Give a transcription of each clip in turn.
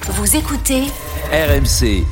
Vous écoutez RMC.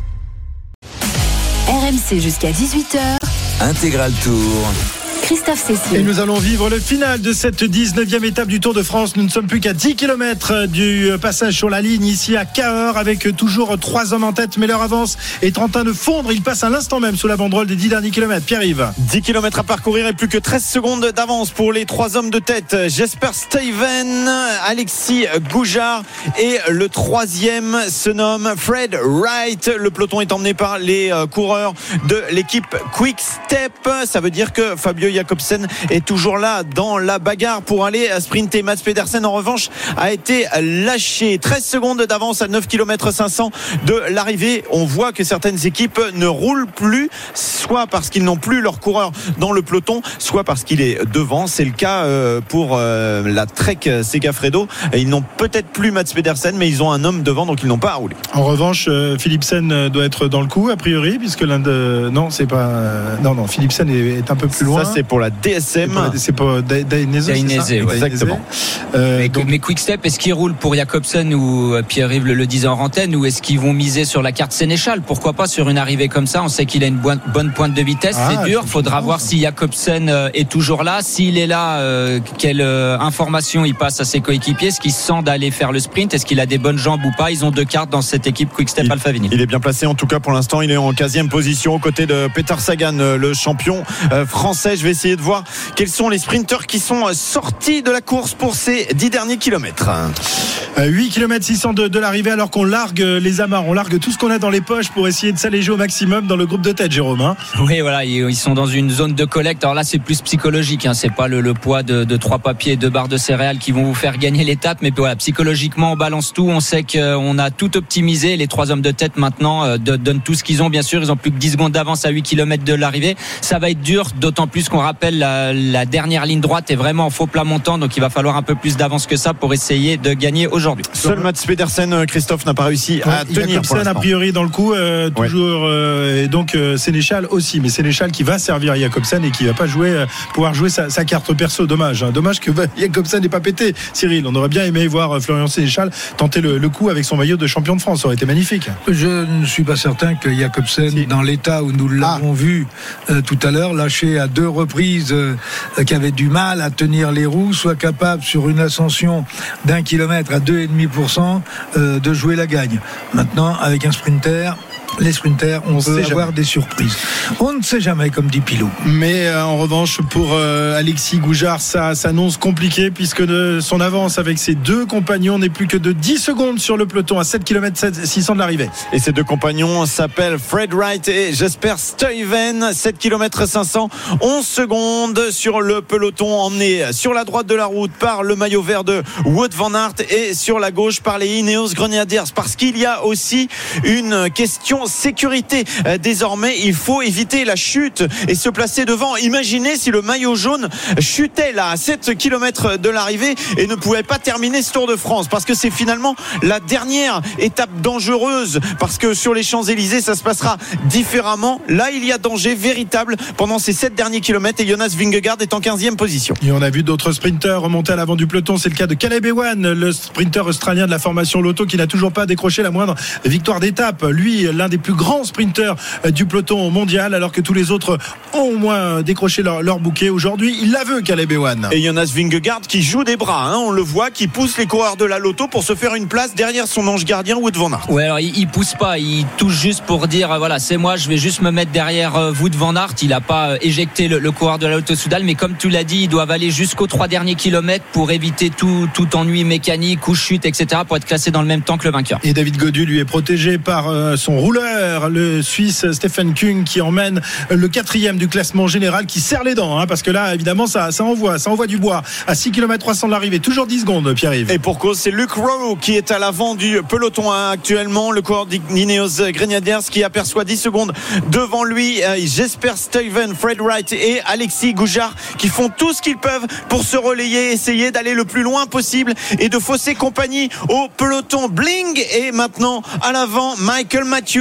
RMC jusqu'à 18h. Intégral Tour. Christophe Cessieux. Et nous allons vivre le final de cette 19e étape du Tour de France. Nous ne sommes plus qu'à 10 km du passage sur la ligne ici à Cahors, avec toujours 3 hommes en tête, mais leur avance est en train de fondre. Il passe à l'instant même sous la banderole des 10 derniers kilomètres. Pierre-Yves. 10 km à parcourir et plus que 13 secondes d'avance pour les 3 hommes de tête. Jesper Stuyven, Alexis Goujard et le 3e se nomme Fred Wright. Le peloton est emmené par les coureurs de l'équipe Quick Step. Ça veut dire que Fabio Jakobsen est toujours là dans la bagarre pour aller sprinter. Mats Pedersen en revanche a été lâché. 13 secondes d'avance à 9 km 500 de l'arrivée. On voit que certaines équipes ne roulent plus, soit parce qu'ils n'ont plus leur coureur dans le peloton, soit parce qu'il est devant. C'est le cas pour la Trek Segafredo. Ils n'ont peut-être plus Mats Pedersen, mais ils ont un homme devant, donc ils n'ont pas à rouler. En revanche, Philipsen doit être dans le coup a priori, puisque l'un de... Non, c'est pas... Non, Philipsen est un peu plus loin. Ça, c'est pour la DSM. C'est pas Dainese, ouais, exactement. Mais Quick-Step, est-ce qu'ils roulent pour Jakobsen ou Pierre-Yves le disait en antenne, ou est-ce qu'ils vont miser sur la carte Sénéchal? Pourquoi pas sur une arrivée comme ça? On sait qu'il a une bonne pointe de vitesse. C'est dur. Faudra voir si Jakobsen est toujours là. S'il est là, quelle information il passe à ses coéquipiers? Est-ce qu'il se sent d'aller faire le sprint? Est-ce qu'il a des bonnes jambes ou pas? Ils ont 2 cartes dans cette équipe Quick-Step Alpha Vinyl. Il est bien placé en tout cas pour l'instant. Il est en 15e position aux côtés de Peter Sagan, le champion français. Je vais essayer de voir quels sont les sprinteurs qui sont sortis de la course pour ces 10 derniers kilomètres. 8 km 600 de l'arrivée, alors qu'on largue les amarres, on largue tout ce qu'on a dans les poches pour essayer de s'alléger au maximum dans le groupe de tête, Jérôme. Oui, voilà, ils sont dans une zone de collecte. Alors là, c'est plus psychologique, c'est pas le poids de 3 papiers et 2 barres de céréales qui vont vous faire gagner l'étape, mais voilà, psychologiquement, on balance tout. On sait qu'on a tout optimisé. Les 3 hommes de tête maintenant donnent tout ce qu'ils ont. Bien sûr, ils ont plus que 10 secondes d'avance à 8 km de l'arrivée. Ça va être dur, d'autant plus qu'on rappelle la dernière ligne droite est vraiment en faux plat montant, donc il va falloir un peu plus d'avance que ça pour essayer de gagner aujourd'hui. Seul Mats Pedersen, Christophe, n'a pas réussi à tenir pour l'instant. A priori dans le coup, toujours, et donc Sénéchal aussi, mais Sénéchal qui va servir Jakobsen et qui va pas pouvoir jouer sa carte perso. Dommage que Jakobsen n'ait pas pété. Cyril, on aurait bien aimé voir Florian Sénéchal tenter le coup avec son maillot de champion de France. Ça aurait été magnifique. Je ne suis pas certain que Jakobsen, dans l'état où nous l'avons vu tout à l'heure, lâché à 2 reprises, qui avait du mal à tenir les roues, soit capable sur une ascension d'1 kilomètre à 2,5% de jouer la gagne. Maintenant, avec un sprinter, les sprinters, on peut avoir des surprises. On ne sait jamais, comme dit Pilou. Mais en revanche, pour Alexis Goujard, ça s'annonce compliqué, puisque son avance avec ses 2 compagnons n'est plus que de 10 secondes sur le peloton à 7 km 600 de l'arrivée. Et ces 2 compagnons s'appellent Fred Wright et Jesper Stuyven. 7 km 500, 11 secondes sur le peloton, emmené sur la droite de la route par le maillot vert de Wout van Aert et sur la gauche par les Ineos Grenadiers. Parce qu'il y a aussi une question sécurité. Désormais, il faut éviter la chute et se placer devant. Imaginez si le maillot jaune chutait là à 7 km de l'arrivée et ne pouvait pas terminer ce Tour de France, parce que c'est finalement la dernière étape dangereuse, parce que sur les Champs-Élysées ça se passera différemment. Là, il y a danger véritable pendant ces 7 derniers kilomètres, et Jonas Vingegaard est en 15e position. Et on a vu d'autres sprinteurs remonter à l'avant du peloton. C'est le cas de Caleb Ewan, le sprinter australien de la formation Lotto, qui n'a toujours pas décroché la moindre victoire d'étape. Lui, l'un des plus grands sprinteurs du peloton mondial, alors que tous les autres ont au moins décroché leur bouquet. Aujourd'hui, il la veut, Caleb Ewan. Et Jonas Vingegaard qui joue des bras, on le voit, qui pousse les coureurs de la Lotto pour se faire une place derrière son ange gardien Wout van Aert. Ouais, alors il pousse pas, il touche juste pour dire voilà, c'est moi, je vais juste me mettre derrière Wout van Aert. Il a pas éjecté le coureur de la Lotto Soudal, mais comme tu l'as dit, ils doivent aller jusqu'aux 3 derniers kilomètres pour éviter tout ennui mécanique ou chute, etc., pour être classé dans le même temps que le vainqueur. Et David Gaudu, lui, est protégé par son rouleur, le Suisse Stephen Kung, qui emmène le 4e du classement général, qui serre les dents, parce que là, évidemment, ça envoie du bois à 6 km 300 de l'arrivée. Toujours 10 secondes, Pierre-Yves. Et pour cause, c'est Luke Rowe qui est à l'avant du peloton actuellement, le coureur d'Ineos Grenadiers, qui aperçoit 10 secondes devant lui Jesper Stuyven, Fred Wright et Alexis Goujard, qui font tout ce qu'ils peuvent pour se relayer, essayer d'aller le plus loin possible et de fausser compagnie au peloton. Bling est maintenant à l'avant. Michael Matthews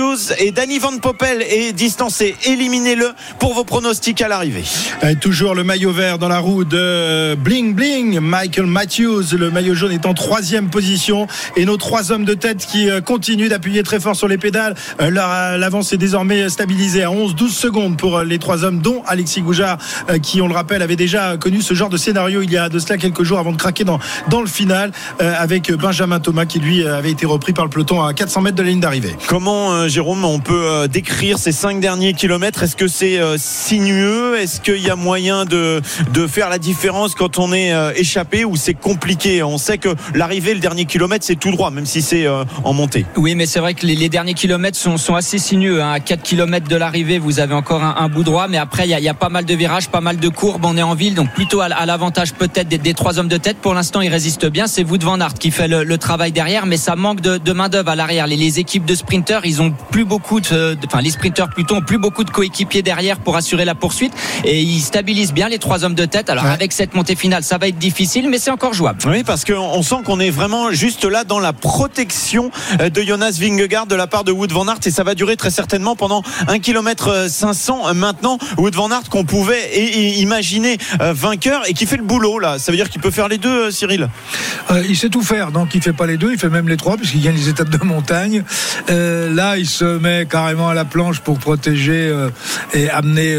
Matthews et Danny Van Poppel est distancé. Éliminez-le pour vos pronostics à l'arrivée. Toujours le maillot vert dans la roue de Bling Bling, Michael Matthews. Le maillot jaune est en 3e position et nos 3 hommes de tête qui continuent d'appuyer très fort sur les pédales. L'avance est désormais stabilisée à 11-12 secondes pour les 3 hommes, dont Alexis Goujard, qui, on le rappelle, avait déjà connu ce genre de scénario il y a de cela quelques jours avant de craquer dans le final, avec Benjamin Thomas qui lui avait été repris par le peloton à 400 mètres de la ligne d'arrivée. Comment, Jérôme, on peut décrire ces 5 derniers kilomètres? Est-ce que c'est sinueux? Est-ce qu'il y a moyen de faire la différence quand on est échappé, ou c'est compliqué? On sait que l'arrivée, le dernier kilomètre, c'est tout droit, même si c'est en montée. Oui, mais c'est vrai que les derniers kilomètres sont assez sinueux. À 4 km de l'arrivée, vous avez encore un bout droit, mais après, il y a pas mal de virages, pas mal de courbes. On est en ville, donc plutôt à l'avantage peut-être des 3 hommes de tête. Pour l'instant, il résiste bien. C'est Wout van Aert qui fait le travail derrière, mais ça manque de main-d'œuvre à l'arrière. Les équipes de sprinteurs, ils ont plus beaucoup les sprinteurs plutôt ont plus beaucoup de coéquipiers derrière pour assurer la poursuite, et ils stabilisent bien les 3 hommes de tête. Alors avec cette montée finale, ça va être difficile, mais c'est encore jouable. Oui, parce qu'on sent qu'on est vraiment juste là dans la protection de Jonas Vingegaard de la part de Wout van Aert, et ça va durer très certainement pendant 1 km 500 maintenant. Wout van Aert qu'on pouvait imaginer vainqueur et qui fait le boulot là. Ça veut dire qu'il peut faire les deux, Cyril? Il sait tout faire, donc il fait pas les deux, il fait même les 3 puisqu'il gagne les étapes de montagne. Là, il se met carrément à la planche pour protéger et amener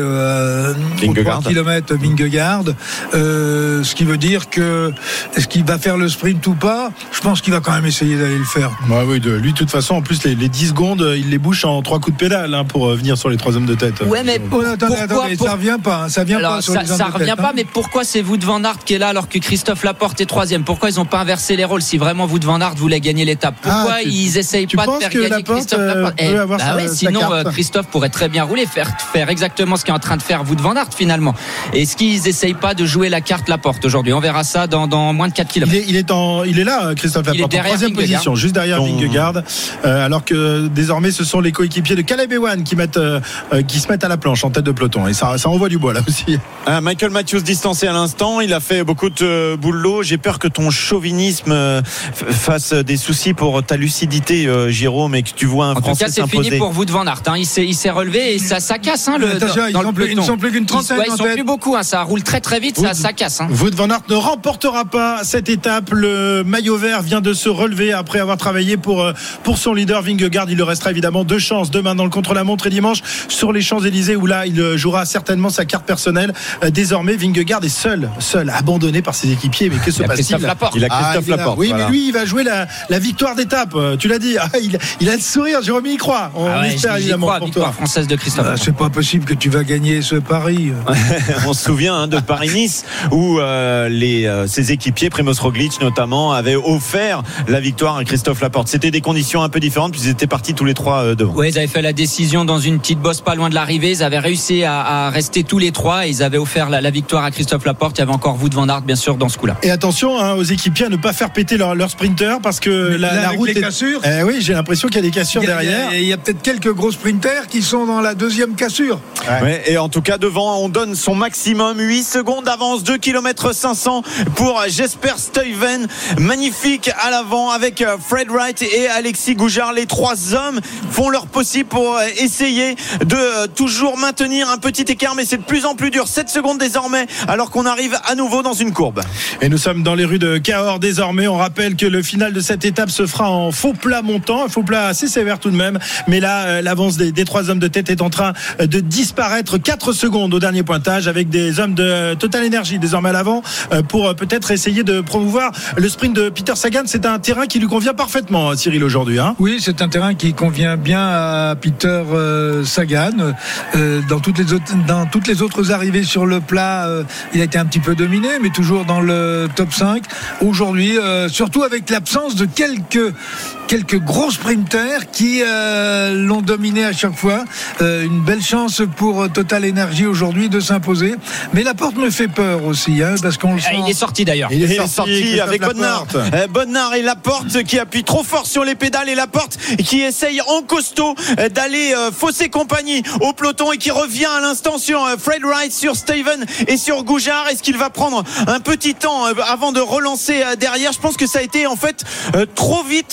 3 km Vingegaard. Ce qui veut dire que est-ce qu'il va faire le sprint ou pas? Je pense qu'il va quand même essayer d'aller le faire. Oui, lui de toute façon, en plus les 10 secondes, il les bouche en 3 coups de pédale pour venir sur les 3 hommes de tête. Ouais, mais attendez, ça revient pas. Ça vient alors, pas sur les hommes ça de revient tête, pas, mais pourquoi c'est Wout van Aert qui est là alors que Christophe Laporte est 3e? Pourquoi ils n'ont pas inversé les rôles si vraiment Wout van Aert voulait gagner l'étape? Pourquoi ils essayent pas de faire gagner Christophe Laporte? Sinon, Christophe pourrait très bien rouler, faire exactement ce qu'est en train de faire Wout van Aert finalement. Est-ce qu'ils essayent pas de jouer la carte Laporte aujourd'hui? On verra ça dans moins de 4 km. Il est là, Christophe Laporte, en 3e position, juste derrière Vingegaard, alors que désormais ce sont les coéquipiers de Caleb Ewan qui se mettent à la planche en tête de peloton, et ça envoie du bois là aussi. Michael Matthews distancé à l'instant, il a fait beaucoup de boulot. J'ai peur que ton chauvinisme fasse des soucis pour ta lucidité, Jérôme, et que tu vois un Français s'imposer. En tout cas, c'est fini pour Wout van Aert. Il s'est relevé et ça casse. Ils ne sont plus qu'une trentaine. Ils sont plus beaucoup. Ça roule très très vite. Ça casse. Wout van Aert ne remportera pas cette étape. Le maillot vert vient de se relever après avoir travaillé pour son leader Vingegaard. Il lui restera évidemment 2 chances demain dans le contre-la-montre et dimanche sur les Champs-Élysées, où là il jouera certainement sa carte personnelle. Désormais, Vingegaard est seul, abandonné par ses équipiers. Mais que se passe-t-il? Il a Christophe Laporte. Oui, voilà. Mais lui, il va jouer la victoire d'étape. Tu l'as dit. Il a le sourire. Jérôme y croit. On espère évidemment pour toi. Victoire française de Christophe. C'est pas possible que tu vas gagner ce pari. On se souvient de Paris-Nice où ses équipiers, Primož Roglič notamment, avaient offert la victoire à Christophe Laporte. C'était des conditions un peu différentes puisqu'ils étaient partis tous les 3 devant. Oui, ils avaient fait la décision dans une petite bosse pas loin de l'arrivée. Ils avaient réussi à rester tous les 3 et ils avaient offert la victoire à Christophe Laporte. Il y avait encore Wout van Aert bien sûr dans ce coup-là. Et attention aux équipiers à ne pas faire péter leur sprinter, parce que la route est cassure. Oui, j'ai l'impression qu'il y a des cassures derrière. Il y a peut-être quelques gros sprinters qui sont dans la 2e cassure. Ouais, et en tout cas devant, on donne son maximum. 8 secondes d'avance, 2 km 500 pour Jesper Stuyven. Magnifique à l'avant avec Fred Wright et Alexis Goujard. Les 3 hommes font leur possible pour essayer de toujours maintenir un petit écart, mais c'est de plus en plus dur. 7 secondes désormais alors qu'on arrive à nouveau dans une courbe. Et nous sommes dans les rues de Cahors désormais. On rappelle que le final de cette étape se fera en faux plat montant, un faux plat assez sévère tout de même, mais là l'avance des 3 hommes de tête est en train de disparaître. 4 secondes au dernier pointage, avec des hommes de Total Energy désormais à l'avant pour peut-être essayer de promouvoir le sprint de Peter Sagan. C'est un terrain qui lui convient parfaitement, Cyril, aujourd'hui. Oui, c'est un terrain qui convient bien à Peter Sagan. Dans toutes les autres arrivées sur le plat, il a été un petit peu dominé, mais toujours dans le top 5. Aujourd'hui, surtout avec l'absence de quelques gros sprinters qui l'ont dominé à chaque fois. Une belle chance pour Total Energy aujourd'hui de s'imposer. Mais Laporte me fait peur aussi, parce qu'on le sent. Il est sorti d'ailleurs. Il est sorti avec Bonnard et Laporte qui appuie trop fort sur les pédales, et Laporte qui essaye en costaud d'aller fausser compagnie au peloton et qui revient à l'instant sur Fred Wright, sur Stuyven et sur Goujard. Est-ce qu'il va prendre un petit temps avant de relancer derrière? Je pense que ça a été en fait trop vite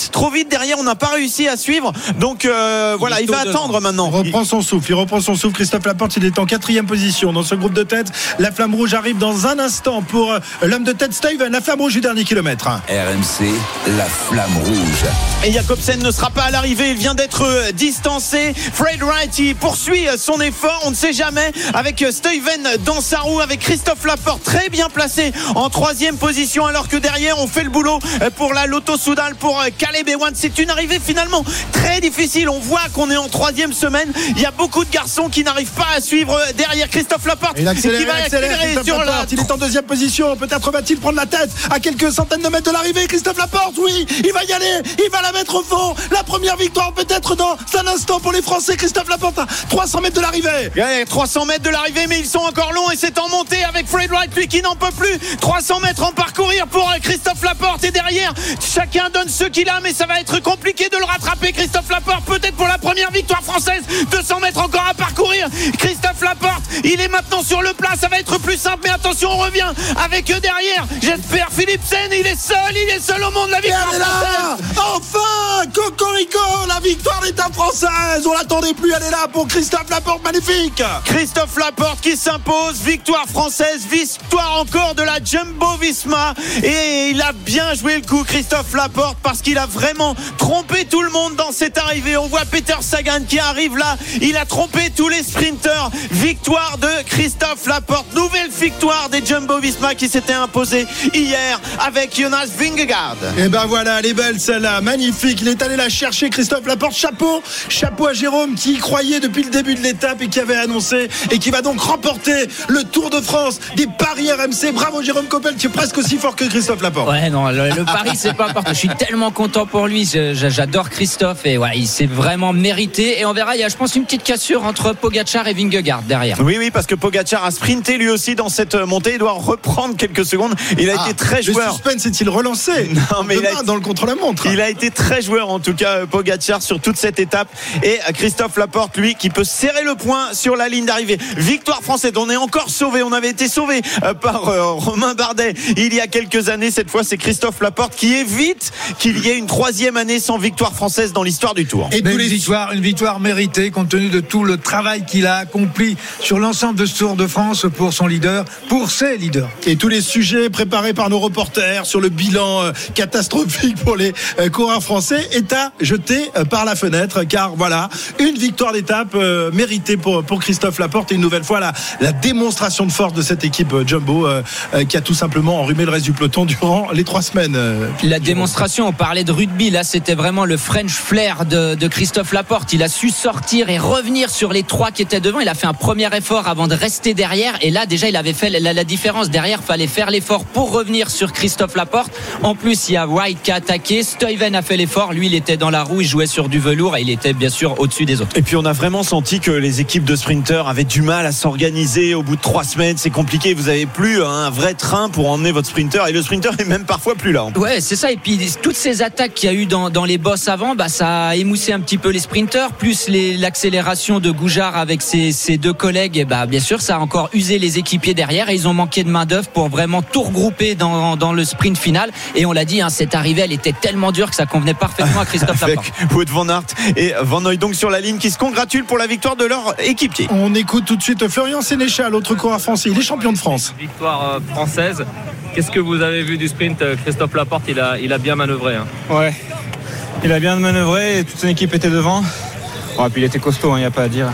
derrière, on n'a pas réussi à suivre. Donc voilà, il va attendre maintenant. Il reprend son souffle. Christophe Laporte, il est en 4e position dans ce groupe de tête. La flamme rouge arrive dans un instant pour l'homme de tête Stuyven. La flamme rouge du dernier kilomètre. RMC, la flamme rouge. Et Jacobsen ne sera pas à l'arrivée, il vient d'être distancé. Fred Wright, il poursuit son effort, on ne sait jamais, avec Stuyven dans sa roue, avec Christophe Laporte très bien placé en 3e position, alors que derrière on fait le boulot pour la Lotto Soudal, pour Caleb Ewan. C'est une arrivée finalement très difficile, on voit qu'on est en 3e semaine, il y a beaucoup de garçons qui n'arrivent pas à suivre derrière Christophe Laporte. Il accélère sur Laporte, il est en 2e position, peut-être va-t-il prendre la tête à quelques centaines de mètres de l'arrivée. Christophe Laporte, oui, il va y aller, il va la mettre au fond, la première victoire peut-être dans un instant pour les Français. Christophe Laporte à 300 mètres de l'arrivée. Ouais, 300 mètres de l'arrivée, mais ils sont encore longs et c'est en montée avec Fred Wright, lui qui n'en peut plus. 300 mètres en parcourir pour Christophe Laporte, et derrière chacun donne ce qu'il a, mais ça va être compliqué de le rattraper. Christophe Laporte peut-être pour la première victoire française. 200 mètres encore à parcourir. Christophe Laporte, il est maintenant sur le plat, ça va être plus simple, mais attention, on revient avec derrière, j'espère, Philipsen, il est seul au monde. La victoire française. Enfin, Cocorico, la victoire d'étape française. On l'attendait plus, elle est là pour Christophe Laporte, magnifique. Christophe Laporte qui s'impose, victoire française, victoire encore de la Jumbo-Visma, et il a bien joué le coup, Christophe Laporte, parce qu'il a vraiment trompé tout le monde dans cette arrivée. On voit Peter Sagan qui arrive là, il a trompé tous les sprinteurs. Victoire de Christophe Laporte, nouvelle victoire des Jumbo-Visma qui s'était imposée hier avec Jonas Vingegaard. Et ben voilà, elle est belle celle-là, magnifique. Il est allé la chercher, Christophe Laporte. Chapeau à Jérôme qui y croyait depuis le début de l'étape et qui avait annoncé et qui va donc remporter le Tour de France des paris RMC. Bravo Jérôme Coppel, qui est presque aussi fort que Christophe Laporte. Ouais, non, le pari c'est pas important. Je suis tellement content pour lui. J'adore Christophe et ouais, il s'est vraiment mérité. Et on verra, il y a, je pense, une petite cassure entre Pogacar et Vingegaard derrière. Oui, parce que Pogacar a sprinté lui aussi dans cette montée. Il doit reprendre quelques secondes. Il a été très joueur. Le suspense est-il relancé? Non, mais dans le contre-la-montre. Il a été très joueur en tout cas, Pogacar, sur toute cette étape. Et Christophe Laporte, lui, qui peut serrer le point sur la ligne d'arrivée. Victoire française. On est encore sauvé. On avait été sauvé par Romain Bardet il y a quelques années. Cette fois, c'est Christophe Laporte qui évite qu'il y ait une 3e année sans victoire française dans l'histoire du Tour. Et une victoire méritée compte tenu de tout le travail qu'il a accompli sur l'ensemble de ce Tour de France pour son leader, pour ses leaders. Et tous les sujets préparés par nos reporters sur le bilan catastrophique pour les coureurs français est à jeter par la fenêtre, car voilà, une victoire d'étape méritée pour Christophe Laporte, et une nouvelle fois la démonstration de force de cette équipe Jumbo qui a tout simplement enrhumé le reste du peloton durant les 3 semaines. La démonstration, on parlait de rugby, là c'était vraiment le French flair de Christophe Laporte. Il a su sortir et revenir sur les 3 qui étaient devant. Il a fait un premier effort avant de rester derrière, et là déjà il avait fait la différence derrière. Fallait faire l'effort pour revenir sur Christophe Laporte. En plus il y a Wright qui a attaqué, Stuyven a fait l'effort, lui il était dans la roue, il jouait sur du velours et il était bien sûr au-dessus des autres. Et puis on a vraiment senti que les équipes de sprinteurs avaient du mal à s'organiser au bout de 3 semaines. C'est compliqué, vous avez plus un vrai train pour emmener votre sprinter, et le sprinter est même parfois plus là. Ouais, c'est ça. Et puis toutes ces attaques qu'il y a eu dans les bosses avant, ça a émoussé un petit peu les sprinteurs, plus l'accélération de Goujard avec ses 2 collègues, et bien sûr ça a encore usé les équipiers derrière, et ils ont manqué de main d'œuvre pour vraiment tout regrouper dans le sprint final. Et on l'a dit, cette arrivée elle était tellement dure que ça convenait parfaitement à Christophe Laporte. Avec Wout van Aert et Van Hooijdonk sur la ligne, qui se congratulent pour la victoire de leur équipier. On écoute tout de suite Florian Sénéchal, autre coureur français, il est champion de France. Victoire française. Qu'est-ce que vous avez vu du sprint? Christophe Laporte, il a bien manœuvré. Ouais, il a bien manœuvré et toute son équipe était devant. Et puis il était costaud, il n'y a pas à dire.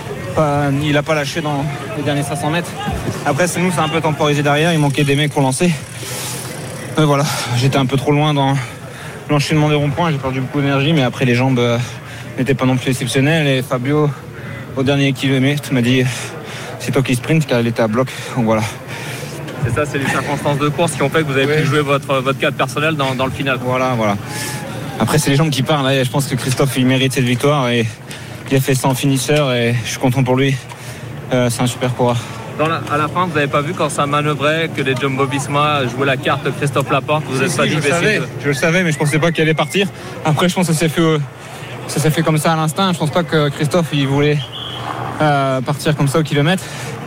Il n'a pas lâché dans les derniers 500 mètres. Après, c'est un peu temporisé derrière, il manquait des mecs pour lancer. Mais voilà, j'étais un peu trop loin dans l'enchaînement des ronds-points, j'ai perdu beaucoup d'énergie, mais après les jambes n'étaient pas non plus exceptionnelles. Et Fabio, au dernier kilomètre, m'a dit c'est toi qui sprint, car il était à bloc. Donc voilà. C'est ça, c'est les circonstances de course qui ont fait que vous avez pu jouer votre cadre personnel dans le final. Voilà. Après, c'est les jambes qui parlent. Je pense que Christophe, il mérite cette victoire et il a fait ça en finisseur et je suis content pour lui. C'est un super coureur. À la fin, vous n'avez pas vu quand ça manœuvrait que les Jumbo-Visma jouaient la carte Christophe Laporte? Vous n'êtes pas dit je le savais, mais je ne pensais pas qu'il allait partir. Après, je pense que ça s'est fait comme ça à l'instinct. Je ne pense pas que Christophe il voulait partir comme ça au kilomètre.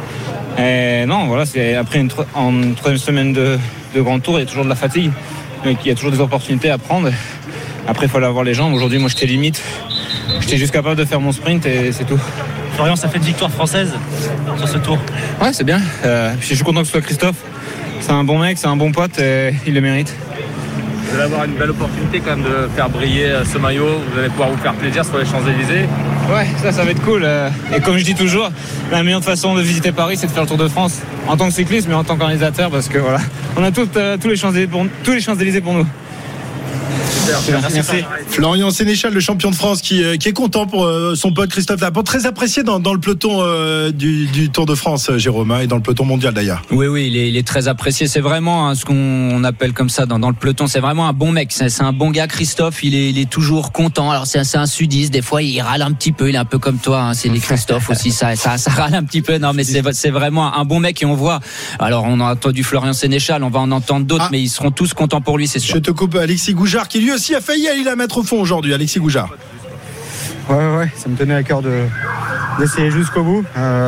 Et non, voilà, c'est après en 3e semaine de grand tour, il y a toujours de la fatigue, mais il y a toujours des opportunités à prendre. Après, il faut avoir les jambes. Aujourd'hui, moi, j'étais limite. J'étais juste capable de faire mon sprint et c'est tout. Florian, ça fait une victoire française sur ce tour. Ouais, c'est bien. Je suis content que ce soit Christophe. C'est un bon mec, c'est un bon pote et il le mérite. Vous allez avoir une belle opportunité quand même de faire briller ce maillot. Vous allez pouvoir vous faire plaisir sur les Champs-Élysées. Ouais, ça va être cool. Et comme je dis toujours, la meilleure façon de visiter Paris, c'est de faire le Tour de France. En tant que cycliste, mais en tant qu'organisateur, parce que voilà, on a tous les Champs-Élysées pour nous. Merci. Florian Sénéchal, le champion de France, qui est content pour son pote Christophe Laporte, très apprécié dans le peloton du Tour de France, Jérôme, et dans le peloton mondial d'ailleurs. Oui, il est très apprécié. C'est vraiment ce qu'on appelle comme ça dans le peloton. C'est vraiment un bon mec. C'est un bon gars, Christophe. Il est toujours content. Alors c'est un sudiste. Des fois, il râle un petit peu. Il est un peu comme toi. C'est les Christophe aussi. Ça râle un petit peu. Non, mais c'est vraiment un bon mec et on voit. Alors on a entendu Florian Sénéchal. On va en entendre d'autres, mais ils seront tous contents pour lui, c'est sûr. Je te coupe, Alexis Goujard, qui lui aussi a failli aller la mettre au fond aujourd'hui. Alexis Goujard. Ouais, ça me tenait à cœur d'essayer jusqu'au bout.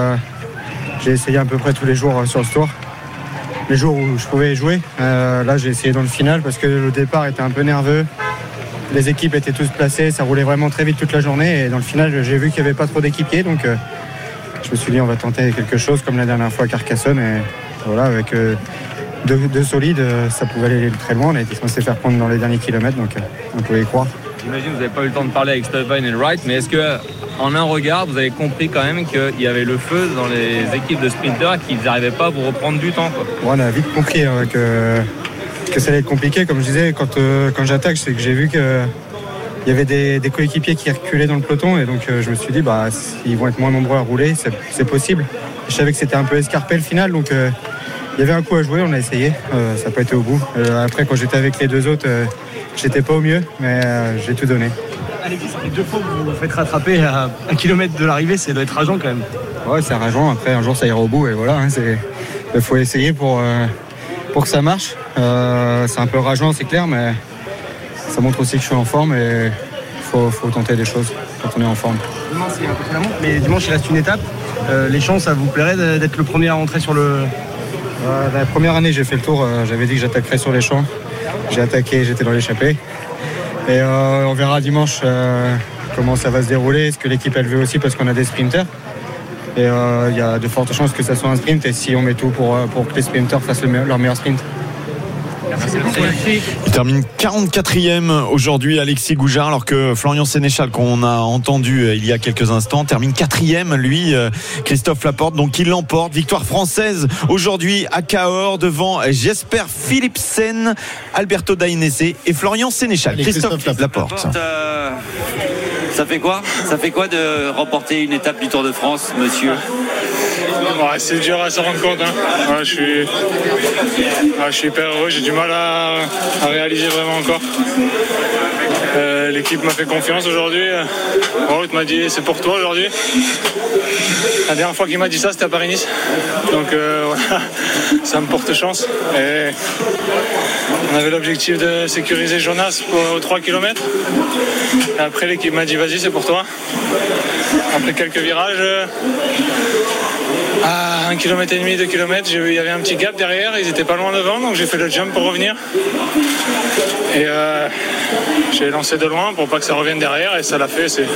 J'ai essayé à peu près tous les jours sur ce tour. Les jours où je pouvais jouer. Là, j'ai essayé dans le final parce que le départ était un peu nerveux. Les équipes étaient tous placées, ça roulait vraiment très vite toute la journée. Et dans le final, j'ai vu qu'il n'y avait pas trop d'équipiers. Donc, je me suis dit, on va tenter quelque chose comme la dernière fois à Carcassonne. Et voilà, avec deux solides, ça pouvait aller très loin. On a été censé faire prendre dans les derniers kilomètres, donc on pouvait y croire. J'imagine que vous n'avez pas eu le temps de parler avec Stuyven et Wright, mais est-ce qu'en un regard, vous avez compris quand même qu'il y avait le feu dans les équipes de sprinters et qu'ils n'arrivaient pas à vous reprendre du temps, quoi. Ouais, on a vite compris que ça allait être compliqué. Comme je disais, quand j'attaque, c'est que j'ai vu qu'il y avait des coéquipiers qui reculaient dans le peloton, et donc je me suis dit, s'ils vont être moins nombreux à rouler, c'est possible. Je savais que c'était un peu escarpé le final, donc il y avait un coup à jouer, on a essayé, ça n'a pas été au bout. Après, quand j'étais avec les deux autres, j'étais pas au mieux, mais j'ai tout donné. Alexis, ça fait 2 fois que vous vous faites rattraper à 1 kilomètre de l'arrivée, ça doit être rageant quand même. Ouais, c'est rageant. Après, un jour, ça ira au bout, et voilà. Il faut essayer pour que ça marche. C'est un peu rageant, c'est clair, mais ça montre aussi que je suis en forme et il faut tenter des choses quand on est en forme. Dimanche, c'est un peu la montre, mais dimanche, il reste une étape. Les Champs, ça vous plairait d'être le premier à rentrer sur le... La première année, j'ai fait le tour. J'avais dit que j'attaquerais sur les Champs. J'ai attaqué, j'étais dans l'échappée. Et on verra dimanche comment ça va se dérouler. Est-ce que l'équipe elle veut aussi, parce qu'on a des sprinters. Et il y a de fortes chances que ça soit un sprint. Et si on met tout pour que les sprinters fassent leur meilleur sprint. Il termine 44e aujourd'hui, Alexis Goujard, alors que Florian Sénéchal, qu'on a entendu il y a quelques instants, termine 4e, lui, Christophe Laporte. Donc il l'emporte. Victoire française aujourd'hui à Cahors devant Jesper Philipsen, Alberto Dainese et Florian Sénéchal. Christophe Laporte. Ça fait quoi de remporter une étape du Tour de France, monsieur? Ouais, c'est dur à se rendre compte, hein. Ouais, je suis hyper heureux, j'ai du mal à réaliser vraiment encore. L'équipe m'a fait confiance aujourd'hui. Wout m'a dit c'est pour toi aujourd'hui. La dernière fois qu'il m'a dit ça, c'était à Paris-Nice. Donc voilà, ça me porte chance. Et on avait l'objectif de sécuriser Jonas pour 3 km. Et après l'équipe m'a dit vas-y, c'est pour toi. Après quelques virages, à 1,5 km, 2 km, il y avait un petit gap derrière, ils étaient pas loin devant, donc j'ai fait le jump pour revenir. Et j'ai lancé de loin pour pas que ça revienne derrière, et ça l'a fait, c'est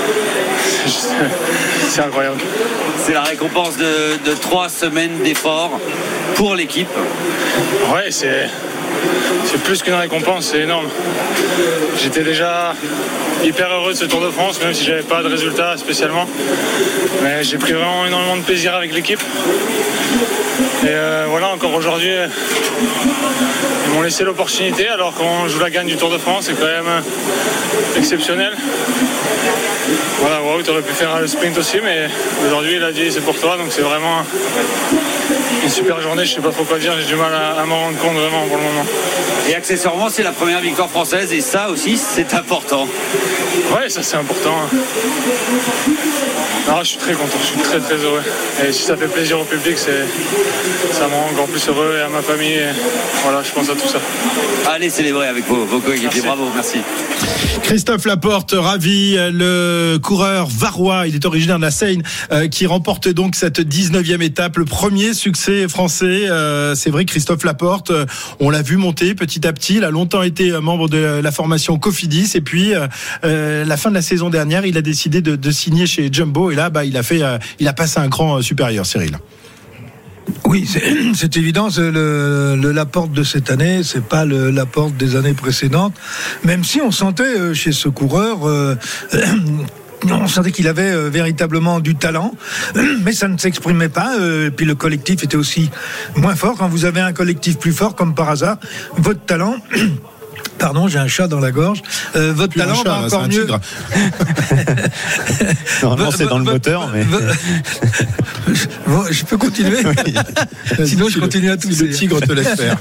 incroyable. C'est la récompense de 3 semaines d'efforts pour l'équipe. Ouais, c'est plus qu'une récompense, c'est énorme. J'étais déjà hyper heureux de ce Tour de France, même si j'avais pas de résultats spécialement. Mais j'ai pris vraiment énormément de plaisir avec l'équipe. Et voilà, encore aujourd'hui, ils m'ont laissé l'opportunité, alors qu'on joue la gagne du Tour de France, c'est quand même exceptionnel. Voilà, Wout aurait pu faire le sprint aussi, mais aujourd'hui il a dit c'est pour toi, donc c'est vraiment une super journée, je sais pas trop quoi dire, j'ai du mal à m'en rendre compte vraiment pour le moment. Et accessoirement, c'est la première victoire française, et ça aussi c'est important. Ouais, ça c'est important. Non, je suis très content, je suis très très heureux. Et si ça fait plaisir au public, ça me rend encore plus heureux, et à ma famille. Et voilà, je pense à tout ça. Allez célébrer avec vos coéquipiers, bravo, merci. Christophe Laporte, ravi, le coureur varois, il est originaire de la Seine, qui remporte donc cette 19e étape, le premier succès français. C'est vrai, Christophe Laporte, on l'a vu monter petit petit à petit. Il a longtemps été membre de la formation Cofidis et puis la fin de la saison dernière, il a décidé de signer chez Jumbo et là, il a passé un cran supérieur, Cyril. Oui, c'est évident. Le Laporte de cette année, c'est pas le Laporte des années précédentes. Même si on sentait chez ce coureur. On sentait qu'il avait véritablement du talent, mais ça ne s'exprimait pas. Et puis le collectif était aussi moins fort. Quand vous avez un collectif plus fort, comme par hasard, votre talent... Pardon, j'ai un chat dans la gorge. Votre plus talent va encore mieux. Normalement, c'est dans le moteur, mais. Je peux continuer. Sinon, je continue à tousser. Le tigre te laisse faire.